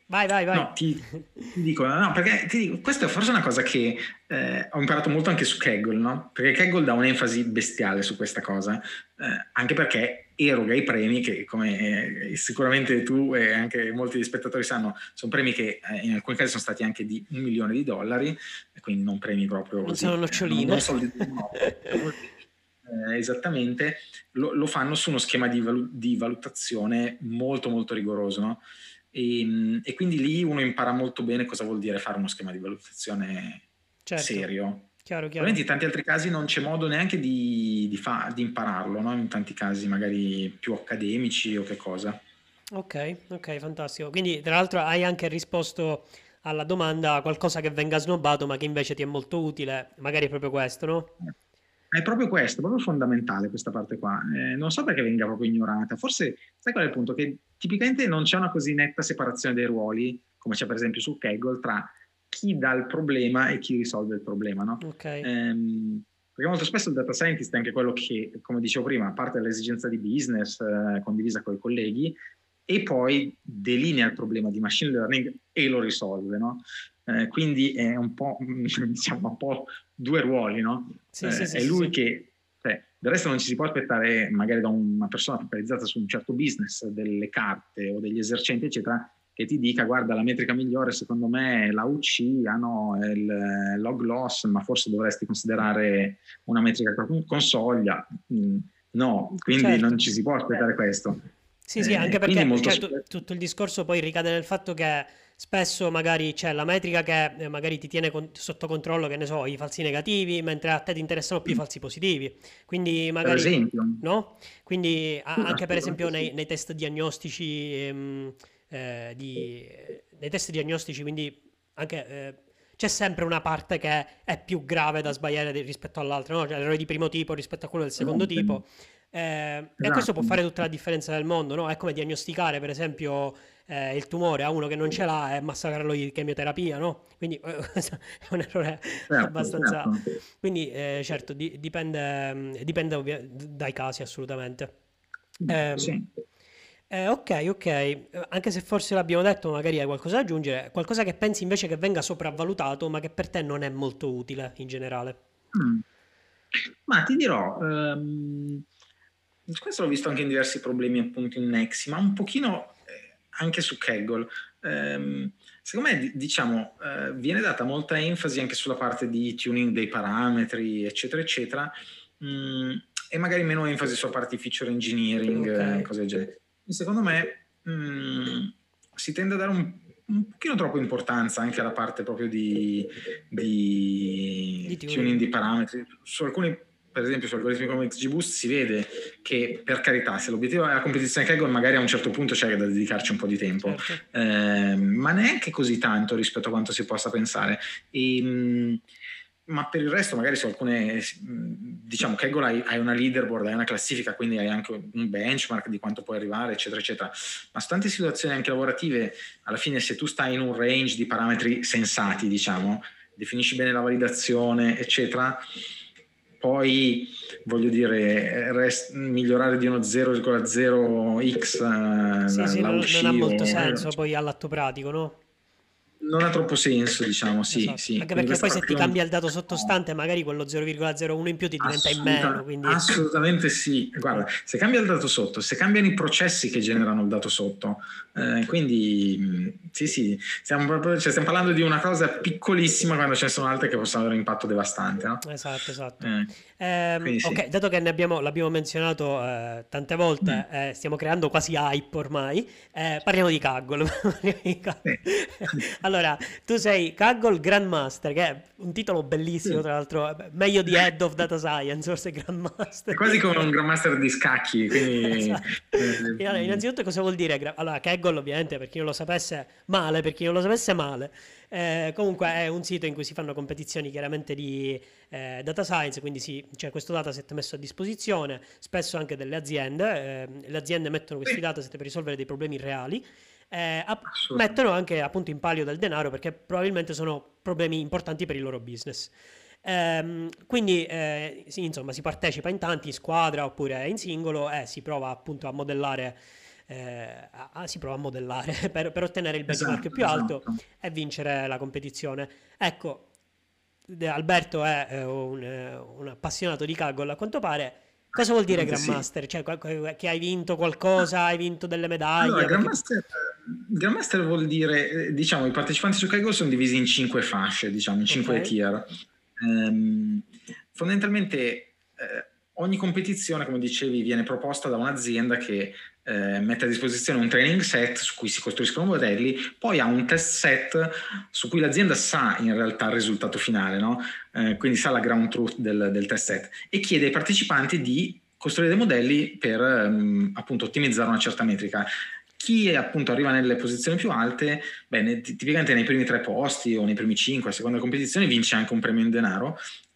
Vai, vai, vai. No, ti dico, no, perché ti dico, questa è forse una cosa che ho imparato molto anche su Kaggle, no? Perché Kaggle dà un'enfasi bestiale su questa cosa, anche perché eroga i premi che, come sicuramente tu e anche molti degli spettatori sanno, sono premi che in alcuni casi sono stati anche di $1 milione, e quindi non premi proprio Non così, sono noccioline. non soldi di uno, esattamente, lo fanno su uno schema di valutazione molto molto rigoroso, no? E quindi lì uno impara molto bene cosa vuol dire fare uno schema di valutazione Certo, serio. chiaro, chiaro. Probabilmente in tanti altri casi non c'è modo neanche di impararlo, no? In tanti casi magari più accademici o che cosa. Ok, ok, fantastico. Quindi, tra l'altro, hai anche risposto alla domanda qualcosa che venga snobbato, ma che invece ti è molto utile. Magari è proprio questo, no? È proprio questo, proprio fondamentale questa parte qua. Non so perché venga proprio ignorata. Forse, sai qual è il punto? Che tipicamente non c'è una così netta separazione dei ruoli, come c'è per esempio su Kaggle, tra chi dà il problema e chi risolve il problema, no? Ok, Perché molto spesso il data scientist è anche quello che, come dicevo prima, parte dall'esigenza di business condivisa con i colleghi e poi delinea il problema di machine learning e lo risolve, no? Quindi è un po', diciamo, un po' due ruoli, no? sì, sì, sì, È sì, lui sì. che, del resto non ci si può aspettare magari da una persona focalizzata su un certo business, delle carte o degli esercenti, eccetera, che ti dica guarda la metrica migliore secondo me è l'AUC, è il log loss, ma forse dovresti considerare una metrica con soglia. No, quindi non Certo. ci si può aspettare questo. Sì, sì, anche Quindi perché molto cioè, spesso. tutto il discorso poi ricade nel fatto che spesso magari c'è la metrica che magari ti tiene sotto controllo, che ne so, i falsi negativi, mentre a te ti interessano più i falsi positivi. Quindi Per magari, esempio, no? Quindi sì, anche per esempio assolutamente sì. nei test diagnostici, nei test diagnostici, quindi anche c'è sempre una parte che è più grave da sbagliare rispetto all'altra, no? Cioè l'errore di primo tipo rispetto a quello del secondo tipo. E questo può Esatto. fare tutta la differenza del mondo, no? È come diagnosticare, per esempio, il tumore a uno che non ce l'ha e massacrarlo di chemioterapia, no? Quindi questo è un errore Certo, abbastanza... certo. Quindi, certo, dipende, dipende dai casi, assolutamente. Ehm, Sì. ok, ok. Anche se forse l'abbiamo detto, magari hai qualcosa da aggiungere, qualcosa che pensi invece che venga sopravvalutato, ma che per te non è molto utile in generale. Mm. Ma ti dirò, questo l'ho visto anche in diversi problemi appunto in Nexi, ma un pochino anche su Kaggle. Secondo me, diciamo, viene data molta enfasi anche sulla parte di tuning dei parametri, eccetera, eccetera, mm, e magari meno enfasi sulla parte di feature Ok, engineering, cose del genere. Secondo me, si tende a dare un pochino troppo importanza anche alla parte proprio di di tuning tuning. di parametri. Su alcuni, per esempio, su algoritmi come XGBoost si vede che, per carità, se l'obiettivo è la competizione Kaggle, magari a un certo punto c'è da dedicarci un po' di tempo, Certo. ma neanche così tanto rispetto a quanto si possa pensare. Ma per il resto magari su alcune, diciamo, Kaggle hai una leaderboard, hai una classifica, quindi hai anche un benchmark di quanto puoi arrivare, eccetera, eccetera. Ma su tante situazioni anche lavorative, alla fine se tu stai in un range di parametri sensati, diciamo, definisci bene la validazione, eccetera, poi voglio dire, migliorare di uno 0,0x Sì, sì, la non ha UC molto senso poi all'atto pratico, no? non ha troppo senso, diciamo, sì, Esatto. sì. Anche Quindi perché questa poi se ti proprio cambia il dato no. sottostante, magari quello 0,01 in più ti diventa in meno, quindi... Assolutamente sì. Guarda, se cambia il dato sotto, se cambiano i processi che generano il dato sotto, quindi sì, sì, stiamo parlando di una cosa piccolissima quando ce ne sono altre che possono avere un impatto devastante, no? Esatto, esatto. Eh, quindi sì. Ok, dato che l'abbiamo menzionato tante volte, Mm, stiamo creando quasi hype ormai, parliamo di Kaggle. Parliamo di sì. Allora, tu sei Kaggle Grandmaster, che è un titolo bellissimo, Sì. tra l'altro, meglio di Head of Data Science, forse È Grandmaster. quasi come un Grandmaster di scacchi, quindi Esatto. E allora, innanzitutto cosa vuol dire? Allora, Kaggle ovviamente per chi non lo sapesse male, per chi non lo sapesse male. Comunque è un sito in cui si fanno competizioni chiaramente di data science, quindi c'è questo dataset messo a disposizione, spesso anche delle aziende. Le aziende mettono questi sì, dataset per risolvere dei problemi reali. assolutamente. Mettono anche appunto in palio del denaro perché probabilmente sono problemi importanti per il loro business. Quindi sì, insomma si partecipa in tanti, in squadra oppure in singolo e si prova appunto a modellare si prova a modellare per ottenere il benchmark Esatto, più alto esatto. e vincere la competizione. Ecco, Alberto è un appassionato di Kaggle a quanto pare. Cosa vuol dire Assolutamente sì. Grandmaster? Cioè, che hai vinto qualcosa, hai vinto delle Allora, medaglie? Perché... Grandmaster vuol dire, diciamo, i partecipanti su Kaggle sono divisi in 5 fasce, diciamo, in Ok, 5 tier. Ehm, Fondamentalmente ogni competizione, come dicevi, viene proposta da un'azienda che mette a disposizione un training set su cui si costruiscono modelli, poi ha un test set su cui l'azienda sa in realtà il risultato finale, no? Quindi sa la ground truth del test set e chiede ai partecipanti di costruire dei modelli per appunto ottimizzare una certa metrica. Chi appunto arriva nelle posizioni più alte, beh, tipicamente nei primi 3 posti o nei primi 5, a seconda della competizione, vince anche un premio in denaro.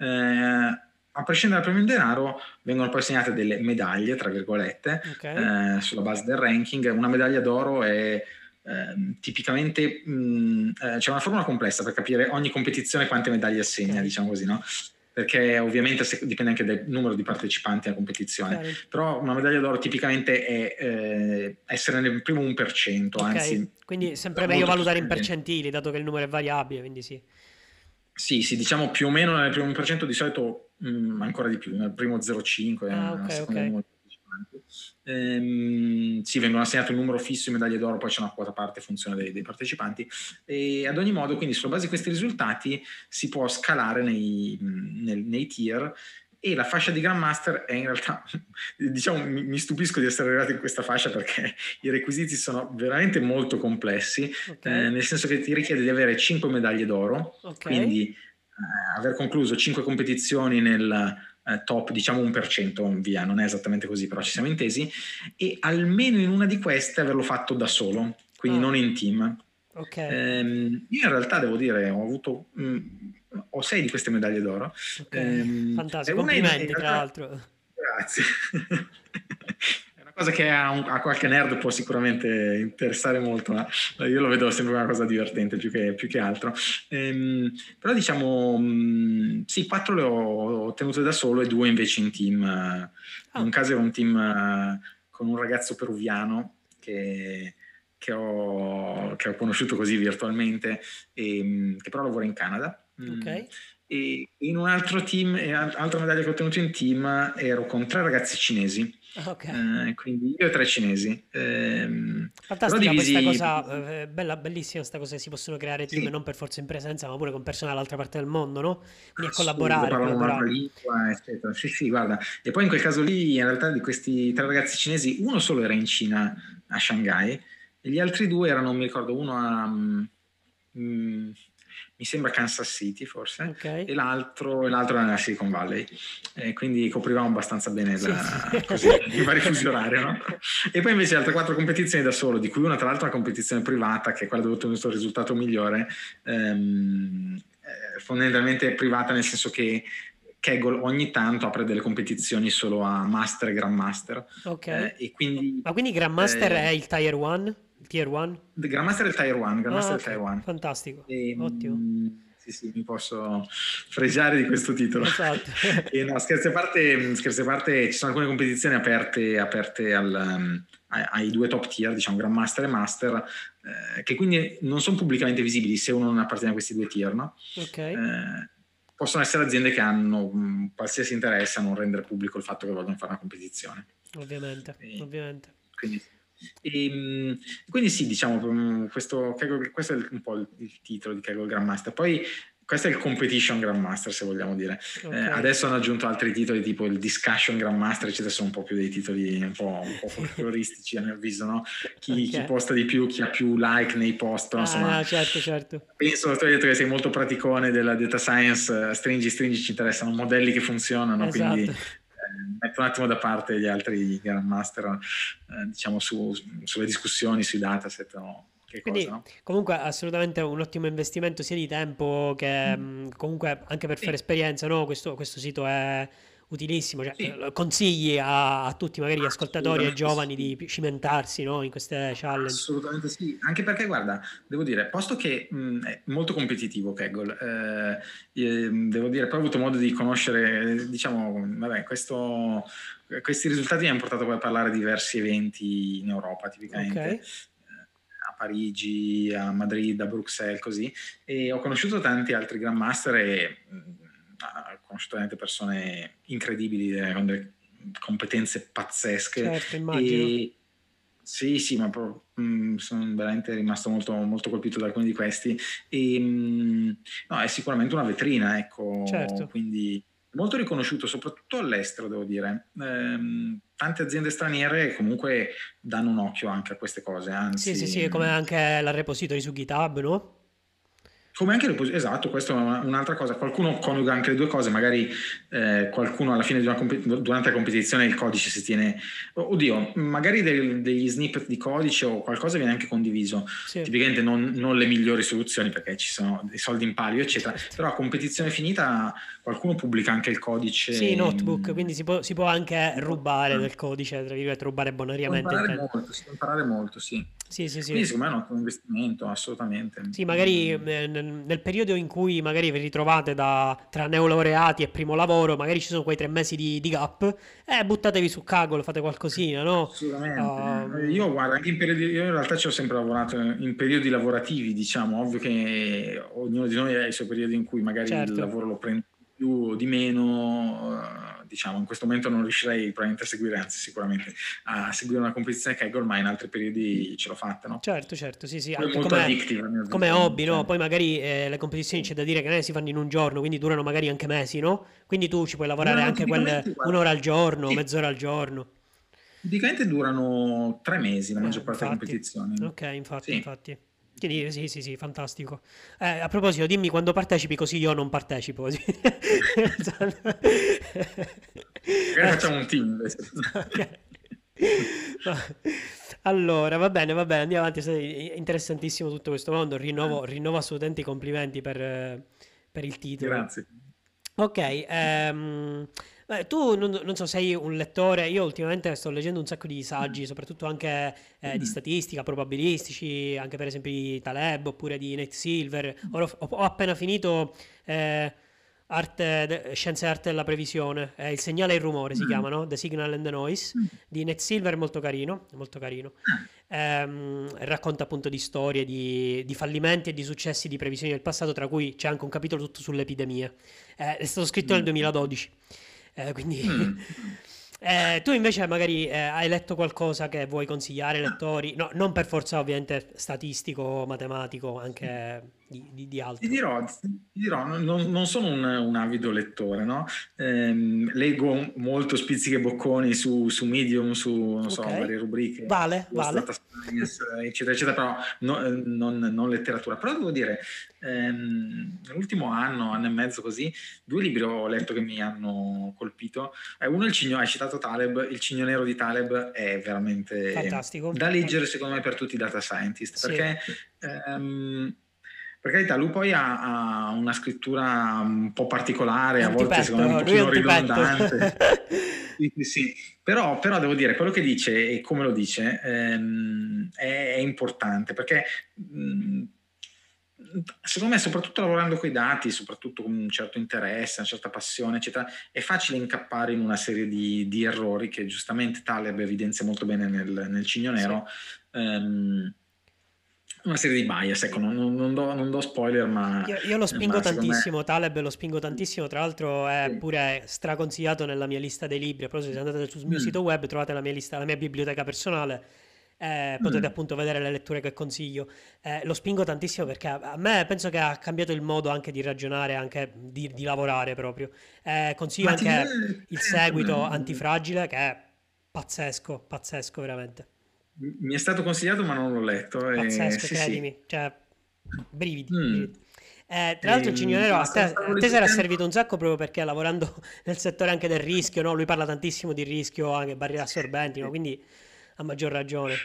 A prescindere dal premio in denaro, vengono poi assegnate delle medaglie, tra virgolette, ok, sulla base del ranking. Una medaglia d'oro è tipicamente c'è una formula complessa per capire ogni competizione quante medaglie assegna, ok, diciamo così, no? Perché ovviamente dipende anche dal numero di partecipanti alla competizione, chiaro. però una medaglia d'oro tipicamente è essere nel primo 1%, Ok, anzi quindi sempre meglio molto più valutare in sorprendente. percentili, dato che il numero è variabile, quindi sì. Sì, sì, diciamo più o meno nel primo 1%, di solito ancora di più, nel primo 0,5 Ah, a ok, ok. seconda del numero di partecipanti. Sì, vengono assegnati un numero fisso di medaglie d'oro, poi c'è una quota parte in funzione dei partecipanti. E ad ogni modo, quindi sulla base di questi risultati si può scalare nei tier, e la fascia di Grandmaster è in realtà, diciamo, mi stupisco di essere arrivato in questa fascia perché i requisiti sono veramente molto complessi, Ok, nel senso che ti richiede di avere 5 medaglie d'oro, ok, quindi aver concluso 5 competizioni nel top, diciamo 1%, via, non è esattamente così, però ci siamo intesi, e almeno in una di queste averlo fatto da solo, quindi ah, non in team. ok, Io in realtà devo dire, ho 6 di queste medaglie d'oro. ok, E fantastico, una in complimenti tra realtà, l'altro. grazie. È una cosa che a qualche nerd può sicuramente interessare molto, ma io lo vedo sempre una cosa divertente più che altro. Però diciamo, sì, 4 le ho ottenute da solo e 2 invece in team. In un Ah, caso era un team con un ragazzo peruviano che ho conosciuto così virtualmente, che però lavora in Canada. ok, E in un altro team, altra medaglia che ho ottenuto in team, ero con 3 ragazzi cinesi, ah, ok. quindi io e 3 cinesi, però Fantastica poi sta divisi. cosa, bella, bellissima sta cosa che si possono creare team Sì, non per forza in presenza, ma pure con persone dall'altra parte del mondo, no? Quindi a assurdo, collaborare, parlano un'altra collaborare. lingua, eccetera. Sì, sì, guarda. E poi in quel caso lì, in realtà, di questi 3 ragazzi cinesi, uno solo era in Cina, a Shanghai, e gli altri 2 erano, non mi ricordo, uno mm, mi sembra Kansas City forse, Ok? e l'altro era nella Silicon Valley. Quindi coprivamo abbastanza bene Sì, sì. così, il vari fusi orario, no? E poi invece altre 4 competizioni da solo, di cui una tra l'altro è una competizione privata, che è quella dove ho ottenuto il risultato migliore, fondamentalmente privata nel senso che Kaggle ogni tanto apre delle competizioni solo a Master e Grandmaster, Ok. e quindi Ma quindi Grandmaster è il Tier 1? Il Tier 1? Grandmaster è il Tier 1, Ah, Grandmaster è il ok. Tier 1. Fantastico. E, Ottimo. sì, sì, mi posso fregiare di questo titolo. Esatto. E no, scherzi a parte, ci sono alcune competizioni aperte ai 2 top tier, diciamo Grandmaster e Master, che quindi non sono pubblicamente visibili se uno non appartiene a questi 2 tier, no? Ok. Possono essere aziende che hanno qualsiasi interesse a non rendere pubblico il fatto che vogliono fare una competizione. Ovviamente, E ovviamente. quindi, quindi sì, diciamo, questo è un po' il titolo di Kaggle Grandmaster. Poi questo è il Competition Grandmaster, se vogliamo dire. Ok. Adesso hanno aggiunto altri titoli, tipo il Discussion Grandmaster, eccetera, sono un po' più dei titoli un po' folcloristici, a mio avviso, no? Chi Ok. posta di più, chi ha più like nei post, però Ah, insomma, no, certo, certo. penso, tu hai detto che sei molto praticone della data science, stringi, ci interessano modelli che funzionano, quindi Esatto. metto un attimo da parte gli altri Grandmaster, diciamo, sulle discussioni, sui dataset, no? Che cosa, Quindi no? comunque assolutamente un ottimo investimento sia di tempo che comunque anche per fare Sì, esperienza, no? Questo sito è utilissimo, cioè, Sì, consigli a tutti magari gli ascoltatori e assolutamente giovani sì. di cimentarsi, no, in queste challenge. Assolutamente sì, anche perché guarda, devo dire, posto che è molto competitivo Kaggle, devo dire, poi ho avuto modo di conoscere, diciamo, vabbè, questi risultati mi hanno portato poi a parlare di diversi eventi in Europa, Ok, tipicamente a Parigi, a Madrid, a Bruxelles, così, e ho conosciuto tanti altri Grandmaster e ho conosciuto tante persone incredibili, con delle competenze pazzesche certo, immagino. e sì, sì, ma sono veramente rimasto molto, molto colpito da alcuni di questi. E, no, è sicuramente una vetrina, ecco, Certo. quindi molto riconosciuto, soprattutto all'estero, devo dire. Tante aziende straniere comunque danno un occhio anche a queste cose, Sì, sì, anzi, sì, come anche la repository su GitHub, no? come anche esatto, questa è un'altra cosa. Qualcuno coniuga anche le due cose, magari qualcuno alla fine di durante la competizione il codice si tiene, oddio, magari degli snippet di codice o qualcosa viene anche condiviso. Sì, Tipicamente non le migliori soluzioni perché ci sono dei soldi in palio, eccetera. certo. Però a competizione finita qualcuno pubblica anche il Sì, codice. notebook, quindi si può anche Un po' rubare del codice, tra virgolette, rubare bonariamente, intendo. si può imparare molto, sì. Sì, sì, sì. Quindi secondo me è un ottimo investimento, assolutamente. Sì, magari nel periodo in cui magari vi ritrovate tra neolaureati e primo lavoro, magari ci sono quei 3 mesi di gap, buttatevi su Kaggle, fate qualcosina, no? Assolutamente. Um, Io guarda, anche in periodi, io in realtà ci ho sempre lavorato in periodi lavorativi, diciamo, ovvio che ognuno di noi ha i suoi periodi in cui magari il certo. lavoro lo prende di più o di meno, diciamo, in questo momento non riuscirei probabilmente a seguire, anzi sicuramente a seguire una competizione che ormai in altri periodi ce l'ho fatta, no? Certo, certo, sì, sì, Poi è anche molto come, addictive a mio come avviso, hobby, no? cioè, Poi magari le competizioni c'è da dire che non è che si fanno in un giorno, quindi durano magari anche mesi, no? Quindi tu ci puoi lavorare durano anche tipicamente, un'ora guarda, al giorno, sì, mezz'ora al giorno. tipicamente durano 3 mesi la maggior parte delle Infatti, competizioni. ok, infatti, Sì. infatti. Quindi sì, sì, sì, fantastico. A proposito, dimmi quando partecipi così io non partecipo. Così. Magari facciamo un team invece. Ok. Va- Allora, va bene, andiamo avanti. È interessantissimo tutto questo mondo. Rinnovo assolutamente i complimenti per il titolo. Grazie. Ok, tu non so, sei un lettore. Io ultimamente sto leggendo un sacco di saggi, soprattutto anche di Mm. statistica, probabilistici, anche per esempio di Taleb oppure di Nate Silver. Ora ho appena finito eh, Scienze e arte della previsione, Il segnale e il rumore si Mm. chiama, no? The Signal and the Noise Mm. di Nate Silver, molto carino, molto carino. Racconta appunto di storie di fallimenti e di successi di previsioni del passato, tra cui c'è anche un capitolo tutto sulle epidemie. È stato scritto nel Mm. 2012, quindi Mm. tu invece magari hai letto qualcosa che vuoi consigliare ai lettori, no, non per forza ovviamente statistico, matematico, anche di altro. Ti dirò, non sono un avido lettore, no? Leggo molto spizzichi e bocconi su Medium, su, non Ok, so, varie rubriche, vale, What's vale. Data Science, eccetera, eccetera, però non letteratura. Però devo dire, nell'ultimo anno e mezzo così, 2 libri ho letto che mi hanno colpito. Uno, hai citato Taleb, Il Cigno Nero di Taleb è veramente Fantastico. da leggere secondo me per tutti i data scientist, Sì, perché per carità, lui poi ha una scrittura un po' particolare, a volte secondo me un antipetto, lui è pochino antipetto. ridondante. Sì, sì, sì. Però devo dire, quello che dice e come lo dice è importante perché secondo me, soprattutto lavorando con i dati, soprattutto con un certo interesse, una certa passione, eccetera, è facile incappare in una serie di errori che giustamente Taleb evidenzia molto bene nel Cigno Sì. Nero. ehm, una serie di bias, ecco, non do spoiler, Io lo spingo ma secondo me tantissimo, Taleb lo spingo tantissimo, tra l'altro è sì. pure straconsigliato nella mia lista dei libri, proprio se andate sul mio Mm, sito web trovate la mia lista, la mia biblioteca personale, potete mm. appunto vedere le letture che consiglio. Lo spingo tantissimo perché a me penso che ha cambiato il modo anche di ragionare, anche di lavorare proprio. Consiglio Ma ti direi anche il anche a seguito me. Antifragile che è pazzesco, pazzesco veramente. Mi è stato consigliato, ma non l'ho letto. Pazzesco, Sì, sì. credimi, cioè brividi, Mm. brividi. Tra l'altro il Cigno Nero a te, Stavo a te sarà leggendo. servito un sacco proprio perché lavorando nel settore anche del rischio, no? Lui parla tantissimo di rischio, anche barriere assorbenti, no? Sì. Quindi a maggior ragione.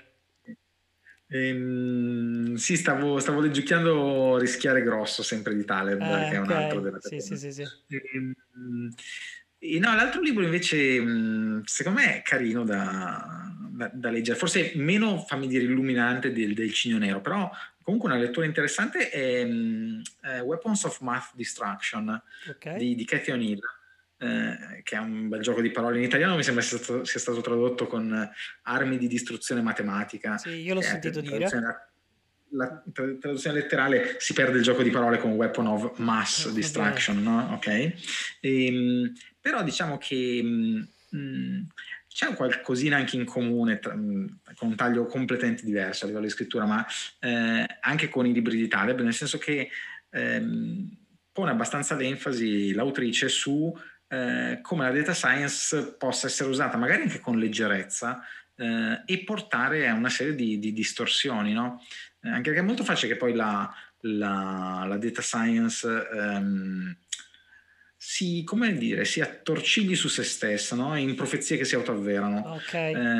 Sì, stavo leggiucchiando Rischiare Grosso, sempre di Taleb, che è un altro Ok, della sì, sì, catena. sì, sì. Ehm, No, l'altro libro invece, secondo me è carino da leggere, forse meno, fammi dire, illuminante del Cigno Nero, però comunque una lettura interessante è Weapons of Math Destruction Ok? di Cathy O'Neill, che è un bel gioco di parole. In italiano mi sembra sia stato tradotto con Armi di distruzione matematica, Sì, io l'ho che è sentito dire. traduzione letterale, si perde il gioco di parole con Weapon of Mass Ovviamente. Destruction, no? Ok? Però diciamo che c'è qualcosina anche in comune, con un taglio completamente diverso a livello di scrittura, ma anche con i libri di Taleb, nel senso che pone abbastanza l'enfasi l'autrice su come la data science possa essere usata magari anche con leggerezza e portare a una serie di distorsioni, no? Anche perché è molto facile che poi la data science come dire, si attorcigli su se stessa, no? In profezie che si autoavverano. Ok,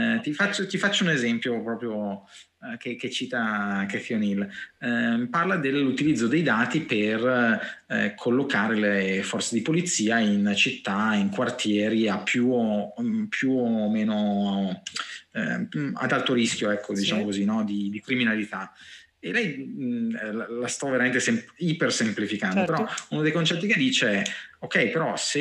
Ti faccio un esempio proprio che cita Cathy O'Neill. Parla dell'utilizzo dei dati per collocare le forze di polizia in città, in quartieri a più o meno ad alto rischio, ecco, diciamo sì, così, no? Di criminalità. E lei la sto veramente iper semplificando, però certo. uno dei concetti che dice è: ok, però se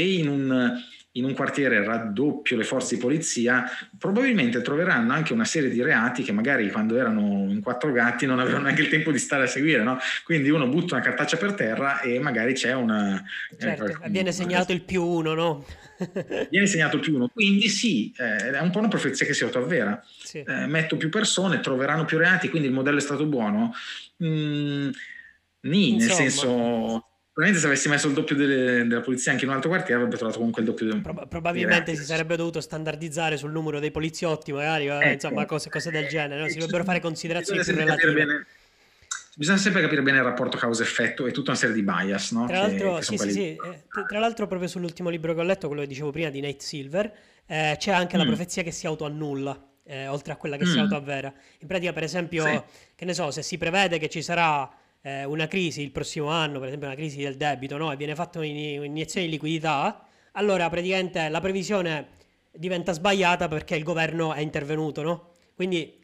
in un quartiere raddoppio le forze di polizia, probabilmente troveranno anche una serie di reati che magari quando erano in quattro gatti non avevano neanche il tempo di stare a seguire, no? Quindi uno butta una cartaccia per terra e magari c'è una... Certo, e viene segnato il +1, no? viene segnato più uno. Quindi sì, è un po' una profezia che si autoavvera. Sì, Metto più persone, troveranno più reati, quindi il modello è stato buono. Mm, nel insomma, senso, probabilmente se avessi messo il doppio della polizia anche in un altro quartiere avrebbe trovato comunque il doppio dei probabilmente reati. si sarebbe dovuto standardizzare sul numero dei poliziotti, magari, insomma, Ecco, cose del genere, no? Si dovrebbero fare considerazioni bisogna più sempre capire relative. bene. Bisogna sempre capire bene il rapporto causa-effetto e tutta una serie di bias, no? Tra l'altro, Che sono sì, sì, quelli. sì, tra l'altro proprio sull'ultimo libro che ho letto, quello che dicevo prima di Nate Silver, c'è anche la Mm, profezia che si autoannulla, oltre a quella che si mm, autoavvera. In pratica, per sì, esempio, che ne so, se si prevede che ci sarà una crisi il prossimo anno, per esempio una crisi del debito, no? E viene fatta un'iniezione di liquidità, allora praticamente la previsione diventa sbagliata perché il governo è intervenuto, no? Quindi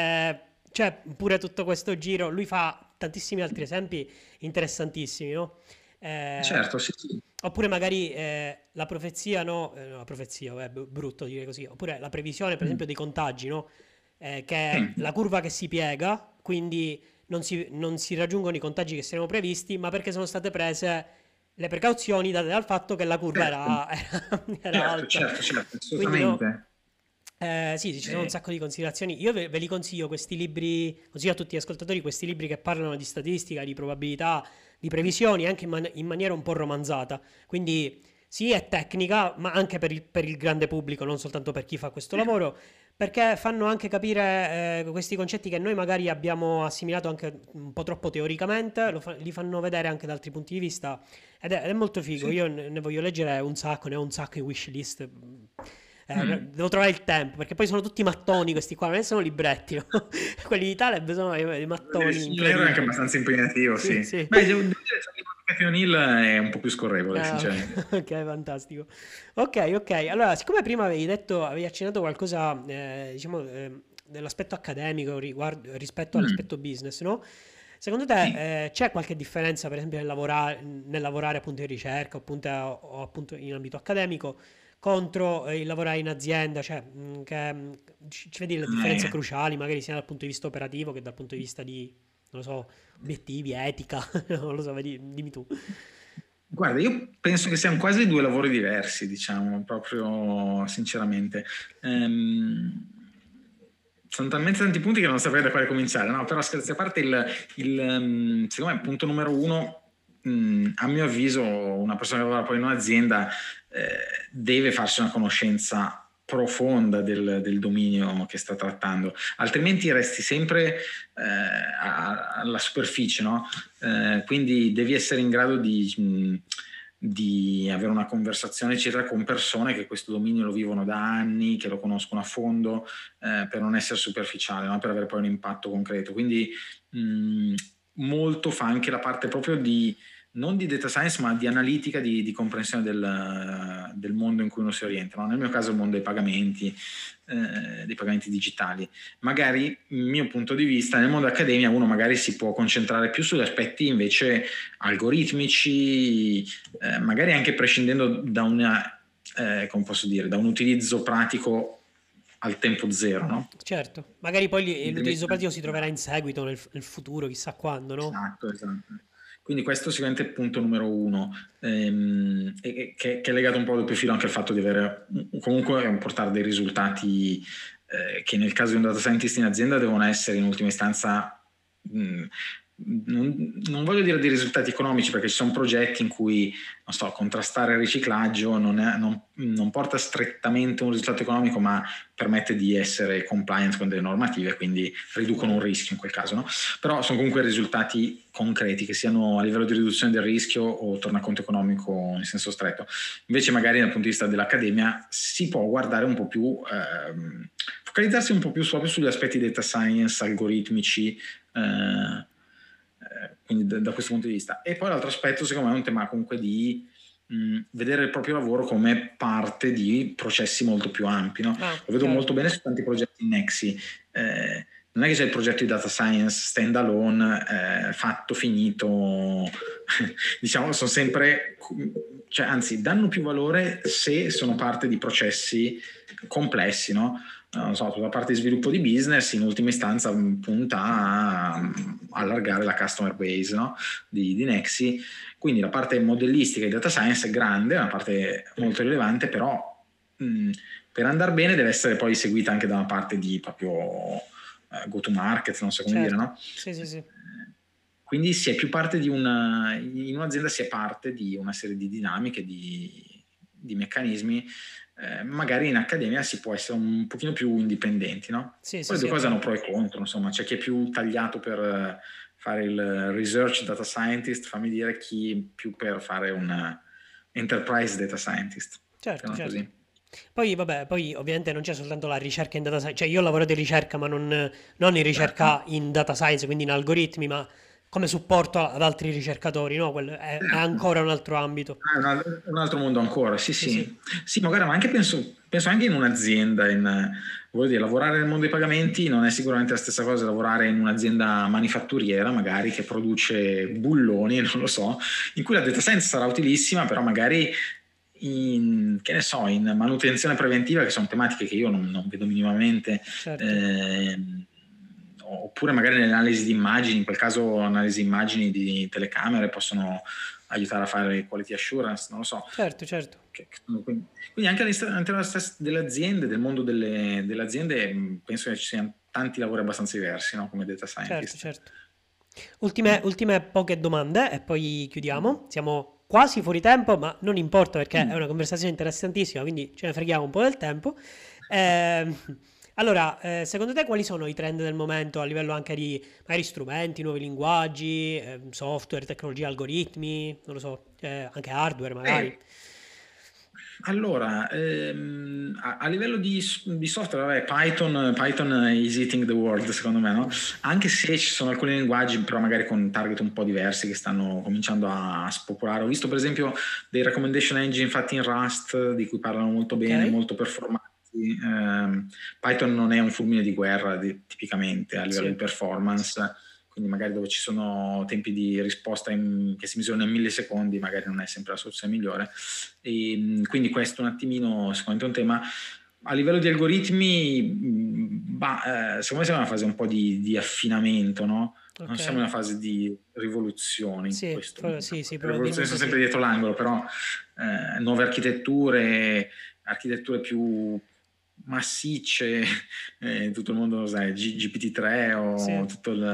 c'è pure tutto questo giro, lui fa tantissimi altri esempi interessantissimi, no? Eh, certo, sì, sì. oppure magari la profezia, no? La profezia, è brutto dire così, oppure la previsione, per Mm, esempio, dei contagi, no? Che è sì. la curva che si piega, quindi non si raggiungono i contagi che si erano previsti, ma perché sono state prese le precauzioni date dal fatto che la curva Certo, era certo, alta. certo, certo, Quindi no. assolutamente. Sì, sì, ci sono un Eh, sacco di considerazioni. Io ve li consiglio questi libri, consiglio a tutti gli ascoltatori questi libri che parlano di statistica, di probabilità, di previsioni, anche in maniera un po' romanzata. Quindi sì, è tecnica, ma anche per il grande pubblico, non soltanto per chi fa questo lavoro, perché fanno anche capire questi concetti che noi magari abbiamo assimilato anche un po' troppo teoricamente, li fanno vedere anche da altri punti di vista ed è molto figo. sì. Io ne voglio leggere un sacco, ne ho un sacco in wishlist. Mm. Devo trovare il tempo perché poi sono tutti mattoni questi qua, non sono libretti, no? Quelli di Taleb sono dei Il mattoni signor è anche incredibili. abbastanza impegnativo, Sì, sì. sì. Beh, devo dire che il libro di Cathy O'Neill è un po' più scorrevole, Ah, ok, sinceramente. ok, fantastico. Ok, ok. Allora, siccome prima avevi detto, avevi accennato qualcosa, diciamo, dell'aspetto accademico rispetto Mm, all'aspetto business, no? Secondo sì. te, c'è qualche differenza, per esempio, nel lavorare appunto in ricerca o appunto in ambito accademico contro il lavorare in azienda? Cioè, ci vedi le differenze Eh, cruciali, magari sia dal punto di vista operativo che dal punto di vista di, non lo so, obiettivi, etica, non lo so, dimmi tu. Guarda, io penso che siano quasi due lavori diversi, diciamo, proprio sinceramente. Ehm, Sono talmente tanti punti che non saprei da quale cominciare, no? Però scherzi a parte, secondo me, il punto numero uno, a mio avviso, una persona che lavora poi in un'azienda deve farsi una conoscenza profonda del dominio che sta trattando, altrimenti resti sempre alla superficie, no? Quindi devi essere in grado di avere una conversazione eccetera con persone che questo dominio lo vivono da anni, che lo conoscono a fondo, per non essere superficiale, no? Per avere poi un impatto concreto. Quindi molto fa anche la parte proprio non di data science, ma di analitica, di comprensione del mondo in cui uno si orienta, no? Nel mio caso il mondo dei pagamenti digitali. Magari, il mio punto di vista, nel mondo accademia uno magari si può concentrare più sugli aspetti invece algoritmici, magari anche prescindendo da come posso dire, da un utilizzo pratico al tempo zero, no? Certo, magari poi l'utilizzo Invece, pratico si troverà in seguito, nel futuro, chissà quando, no? esatto, esatto. Quindi questo sicuramente è il punto numero uno, che è legato un po' a doppio filo anche al fatto di avere comunque portare dei risultati che nel caso di un data scientist in azienda devono essere in ultima istanza, non voglio dire dei risultati economici, perché ci sono progetti in cui, non so, contrastare il riciclaggio non porta strettamente un risultato economico, ma permette di essere compliant con delle normative, quindi riducono un rischio in quel caso, no? Però sono comunque risultati concreti, che siano a livello di riduzione del rischio o tornaconto economico in senso stretto. Invece magari dal punto di vista dell'accademia si può guardare un po' più, focalizzarsi un po' più proprio sugli aspetti data science, algoritmici, quindi da questo punto di vista. E poi l'altro aspetto secondo me è un tema comunque di vedere il proprio lavoro come parte di processi molto più ampi, no? Lo vedo chiaro. molto bene su tanti progetti in Nexi. Non è che c'è il progetto di data science stand alone, fatto, finito, diciamo, sono sempre, cioè, anzi, danno più valore se sono parte di processi complessi, no? Non so, sulla parte di sviluppo di business, in ultima istanza punta a allargare la customer base, no? di Nexi. Quindi la parte modellistica di data science è grande, è una parte molto rilevante, però per andare bene deve essere poi seguita anche da una parte di proprio go to market, non so come dire, no? Sì, sì, sì. Quindi si è più parte in un'azienda si è parte di una serie di dinamiche, di meccanismi. Magari in accademia si può essere un pochino più indipendenti, no? Sì, Poi sì, le sì, due è cose hanno vero. pro e contro, insomma, c'è chi è più tagliato per fare il research data scientist, fammi dire, chi più per fare un enterprise data scientist, Certo, chiamano certo. così. Poi, vabbè, poi ovviamente non c'è soltanto la ricerca in data science, cioè io ho lavorato in ricerca, ma non in Certo. ricerca in data science, quindi in algoritmi, ma come supporto ad altri ricercatori, no? Quello è Certo. ancora un altro ambito. Ah, un altro mondo ancora, sì, Sì, sì, sì. Sì, magari, ma anche penso anche in un'azienda, voglio dire, lavorare nel mondo dei pagamenti non è sicuramente la stessa cosa che lavorare in un'azienda manifatturiera, magari, che produce bulloni, non lo so, in cui la data science sarà utilissima, però magari che ne so, in manutenzione preventiva, che sono tematiche che io non vedo minimamente, certo. ehm, oppure magari nell'analisi di immagini, in quel caso analisi di immagini di telecamere possono aiutare a fare quality assurance, non lo so. Certo, certo. Quindi anche all'interno delle aziende, del mondo delle aziende, penso che ci siano tanti lavori abbastanza diversi, no? Come data Certo, scientist. certo. Ultime poche domande e poi chiudiamo. Siamo quasi fuori tempo, ma non importa perché è una conversazione interessantissima, quindi ce ne freghiamo un po' del tempo. Ehm, allora, secondo te quali sono i trend del momento a livello anche di magari strumenti, nuovi linguaggi, software, tecnologie, algoritmi, non lo so, anche hardware magari? Eh, Allora, a livello di software, vabbè, Python is eating the world, secondo me, no? Anche se ci sono alcuni linguaggi, però magari con target un po' diversi, che stanno cominciando a spopolare. Ho visto per esempio dei recommendation engine fatti in Rust, di cui parlano molto Ok, bene, molto performanti. Python non è un fulmine di guerra tipicamente a livello sì, di performance, quindi magari dove ci sono tempi di risposta che si misurano in millisecondi, magari non è sempre la soluzione migliore. E quindi questo un attimino sicuramente è un tema. A livello di algoritmi, secondo me siamo in una fase un po' di affinamento, no? Non ok. siamo in una fase di rivoluzione in Sì, questo sì, sì, momento. Le rivoluzioni probabilmente sono sempre sì. dietro l'angolo, però nuove architetture più massicce, tutto il mondo, lo sai, GPT-3 o Sì,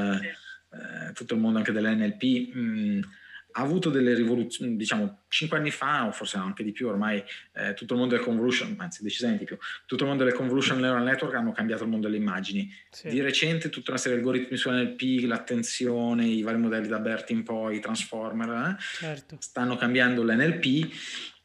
tutto il mondo anche dell'NLP, ha avuto delle rivoluzioni, diciamo 5 anni fa, o forse anche di più ormai, tutto il mondo del convolution, anzi decisamente di più, tutto il mondo delle convolution neural network hanno cambiato il mondo delle immagini. sì, Di recente tutta una serie di algoritmi su NLP, l'attenzione, i vari modelli da BERT in poi, i transformer, certo. stanno cambiando l'NLP.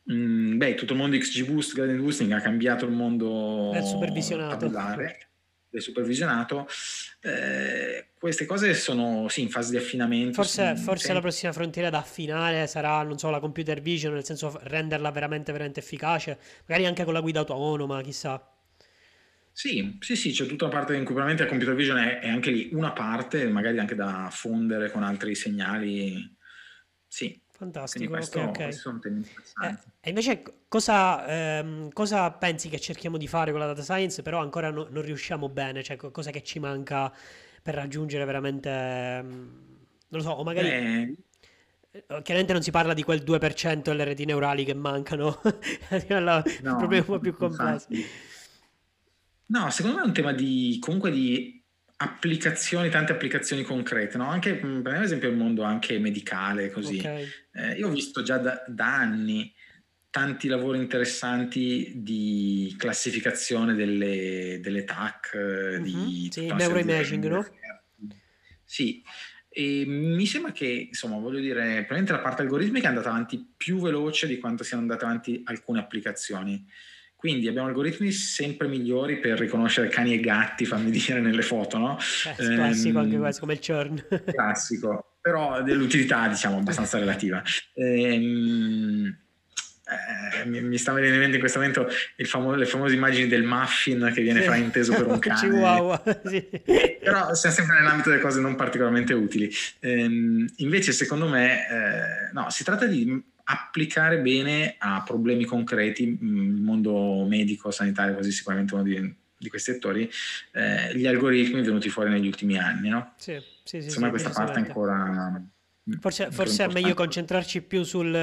Tutto il mondo XGBoost, gradient boosting ha cambiato il Del mondo supervisionato. tabulare supervisionato. Queste cose sono sì in fase di affinamento. Forse la prossima frontiera da affinare sarà, non so, la computer vision, nel senso renderla veramente, veramente efficace, magari anche con la guida autonoma, chissà. Sì, sì, sì, c'è tutta una parte in cui probabilmente la computer vision è anche lì una parte, magari anche da fondere con altri segnali. Sì, quindi Fantastico, ok, questo, ok. questi sono temi interessanti. E invece cosa pensi che cerchiamo di fare con la data science, però ancora non riusciamo bene? Cioè, cosa che ci manca per raggiungere veramente, non lo so, o magari Beh, chiaramente non si parla di quel 2% delle reti neurali che mancano, no, problemi un po' più complessi. infatti. No, secondo me è un tema di comunque di applicazioni, tante applicazioni concrete, no? Anche, prendiamo ad esempio il mondo anche medicale, Ok. così. Io ho visto già da anni tanti lavori interessanti di classificazione delle TAC, Mhm. di Sì, il tutta una serie di neuroimaging, no? referti. Sì, e mi sembra che, insomma, voglio dire, probabilmente la parte algoritmica è andata avanti più veloce di quanto siano andate avanti alcune applicazioni. Quindi abbiamo algoritmi sempre migliori per riconoscere cani e gatti, fammi dire, nelle foto, no? Classico anche Ehm, questo, come il churn. classico, però dell'utilità, diciamo, abbastanza relativa. Ehm, mi sta venendo in mente in questo momento le famose immagini del muffin che viene Sì. frainteso per un cane. Chihuahua, sì. Però siamo sempre nell'ambito delle cose non particolarmente utili. Invece, secondo me, no, si tratta di applicare bene a problemi concreti, il mondo medico, sanitario, così sicuramente uno di questi settori, gli algoritmi venuti fuori negli ultimi anni, no? Sì, sì, sì, Insomma, sì, questa parte è decisamente. ancora Forse è meglio importante. concentrarci più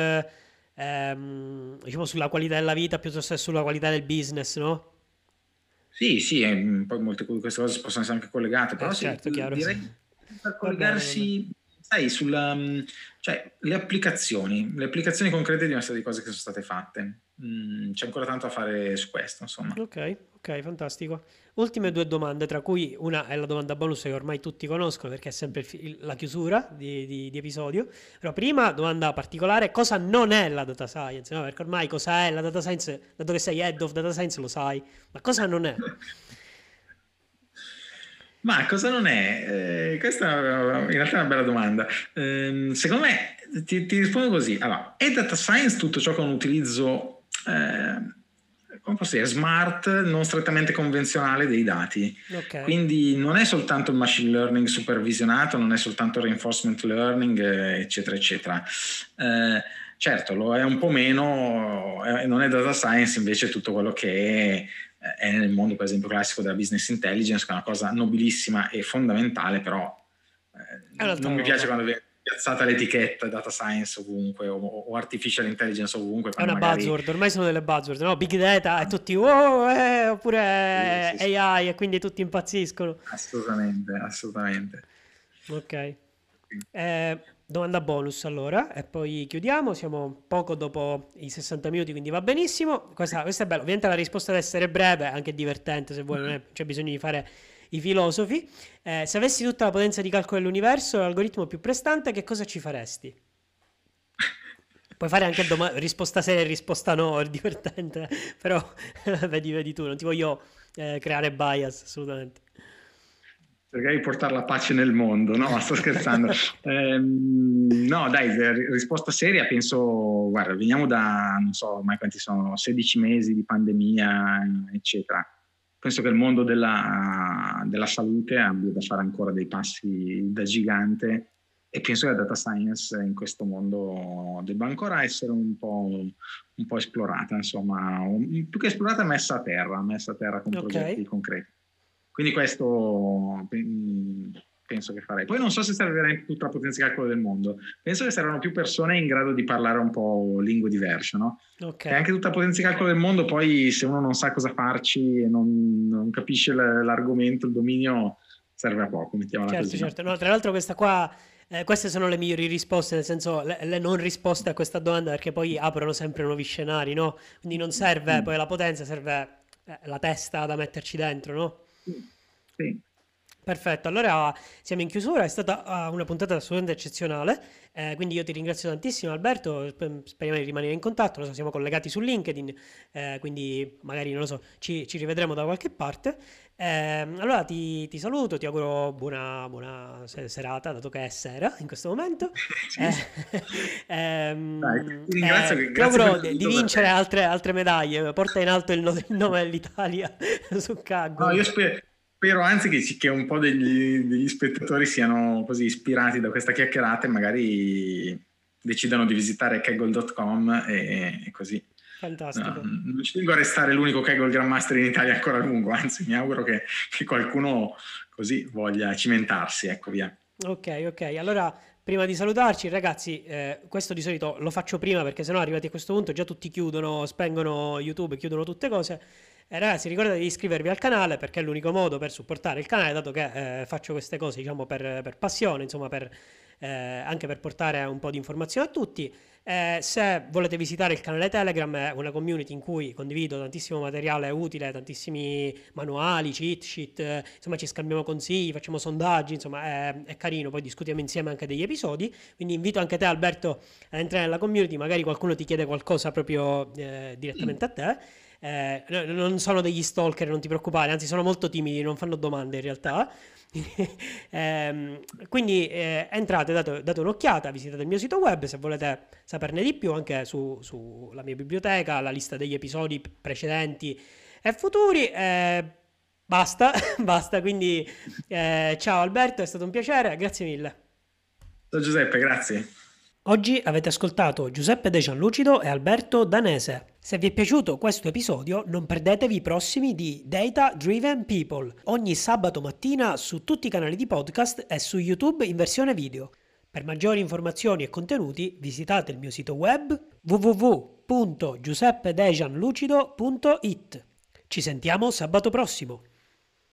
diciamo, sulla qualità della vita piuttosto che sulla qualità del business, no? Sì, sì, poi molte di queste cose possono essere anche collegate, però sì, Certo, chiaro. direi per Va bene, va bene. collegarsi, sai, cioè le applicazioni concrete di una serie di cose che sono state fatte. C'è ancora tanto da fare su questo, insomma. Ok, ok, fantastico. Ultime due domande, tra cui una è la domanda bonus che ormai tutti conoscono perché è sempre la chiusura di episodio. Però prima, domanda particolare, cosa non è la data science? No, perché ormai cosa è la data science, dato che sei head of data science lo sai, ma cosa non è? Ma cosa non è? Questa in realtà è una bella domanda. Secondo me ti rispondo così. Allora, è data science tutto ciò che è un utilizzo, come posso dire, smart, non strettamente convenzionale dei dati. Ok, Quindi non è soltanto il machine learning supervisionato, non è soltanto il reinforcement learning, eccetera, eccetera. Certo, lo è un po' meno, non è data science invece tutto quello che è nel mondo, per esempio, classico della business intelligence, che è una cosa nobilissima e fondamentale, però è non un'altra mi piace roba. quando viene piazzata l'etichetta data science ovunque o artificial intelligence ovunque, È quando una magari... buzzword, ormai sono delle buzzword, no? Big data e tutti wow, Sì, oppure sì, sì, AI e quindi tutti impazziscono. assolutamente, assolutamente. Ok. Domanda bonus allora, e poi chiudiamo. Siamo poco dopo i 60 minuti, quindi va benissimo. Questa è bella. Ovviamente la risposta deve essere breve, anche divertente se vuoi, non c'è bisogno di fare i filosofi. Se avessi tutta la potenza di calcolo dell'universo, l'algoritmo più prestante, che cosa ci faresti? Puoi fare anche risposta seria e risposta no, è divertente, però vedi tu, non ti voglio creare bias assolutamente. Cercare di portare la pace nel mondo, no? Sto scherzando. No, dai, risposta seria, penso, guarda, veniamo da, non so, ormai quanti sono, 16 mesi di pandemia, eccetera. Penso che il mondo della salute abbia da fare ancora dei passi da gigante e penso che la data science in questo mondo debba ancora essere un po' esplorata, insomma, più che esplorata, messa a terra con Ok. progetti concreti. Quindi questo penso che farei. Poi non so se servirà tutta la potenza di calcolo del mondo. Penso che servano più persone in grado di parlare un po' lingue diverse, no? Ok. Che anche tutta la potenza di calcolo del mondo, poi se uno non sa cosa farci e non capisce l'argomento, il dominio, serve a poco, mettiamola Certo, così, no? certo. No, tra l'altro queste sono le migliori risposte, nel senso le non risposte a questa domanda perché poi aprono sempre nuovi scenari, no? Quindi non serve poi Mm. la potenza, serve la testa da metterci dentro, no? Sì, Perfetto, allora siamo in chiusura, è stata una puntata assolutamente eccezionale, quindi io ti ringrazio tantissimo Alberto, speriamo di rimanere in contatto, lo so, siamo collegati su LinkedIn, quindi magari non lo so, ci rivedremo da qualche parte. Allora ti saluto, ti auguro serata, dato che è sera in questo momento. Sì, Eh, sì. Dai, ti ringrazio, Ti grazie per auguro di tutto per vincere te. altre medaglie, porta in alto il nome dell'Italia su No, io Kaggle. spero anzi che un po' degli spettatori siano così ispirati da questa chiacchierata e magari decidano di visitare kaggle.com e così. No, Fantastico. non ci tengo a restare l'unico Kaggle Grandmaster in Italia ancora a lungo, anzi mi auguro che qualcuno così voglia cimentarsi, ecco via. Ok, ok. Allora, prima di salutarci, ragazzi, questo di solito lo faccio prima perché sennò arrivati a questo punto già tutti chiudono, spengono YouTube, chiudono tutte cose. Ragazzi, ricordate di iscrivervi al canale perché è l'unico modo per supportare il canale, dato che faccio queste cose, diciamo, per passione, insomma, anche per portare un po' di informazione a tutti. Se volete visitare il canale Telegram, è una community in cui condivido tantissimo materiale utile, tantissimi manuali, cheat sheet, insomma ci scambiamo consigli, facciamo sondaggi, insomma è carino, poi discutiamo insieme anche degli episodi, quindi invito anche te Alberto a entrare nella community, magari qualcuno ti chiede qualcosa proprio direttamente a te. Non sono degli stalker, non ti preoccupare, anzi sono molto timidi, non fanno domande in realtà. Quindi entrate, date un'occhiata, visitate il mio sito web se volete saperne di più anche sulla mia biblioteca, la lista degli episodi precedenti e futuri. Basta, basta, quindi ciao Alberto, è stato un piacere, grazie mille. Ciao Giuseppe, grazie. Oggi avete ascoltato Giuseppe De Gianlucido e Alberto Danese. Se vi è piaciuto questo episodio, non perdetevi i prossimi di Data Driven People, ogni sabato mattina su tutti i canali di podcast e su YouTube in versione video. Per maggiori informazioni e contenuti visitate il mio sito web www.giuseppedegianlucido.it. Ci sentiamo sabato prossimo!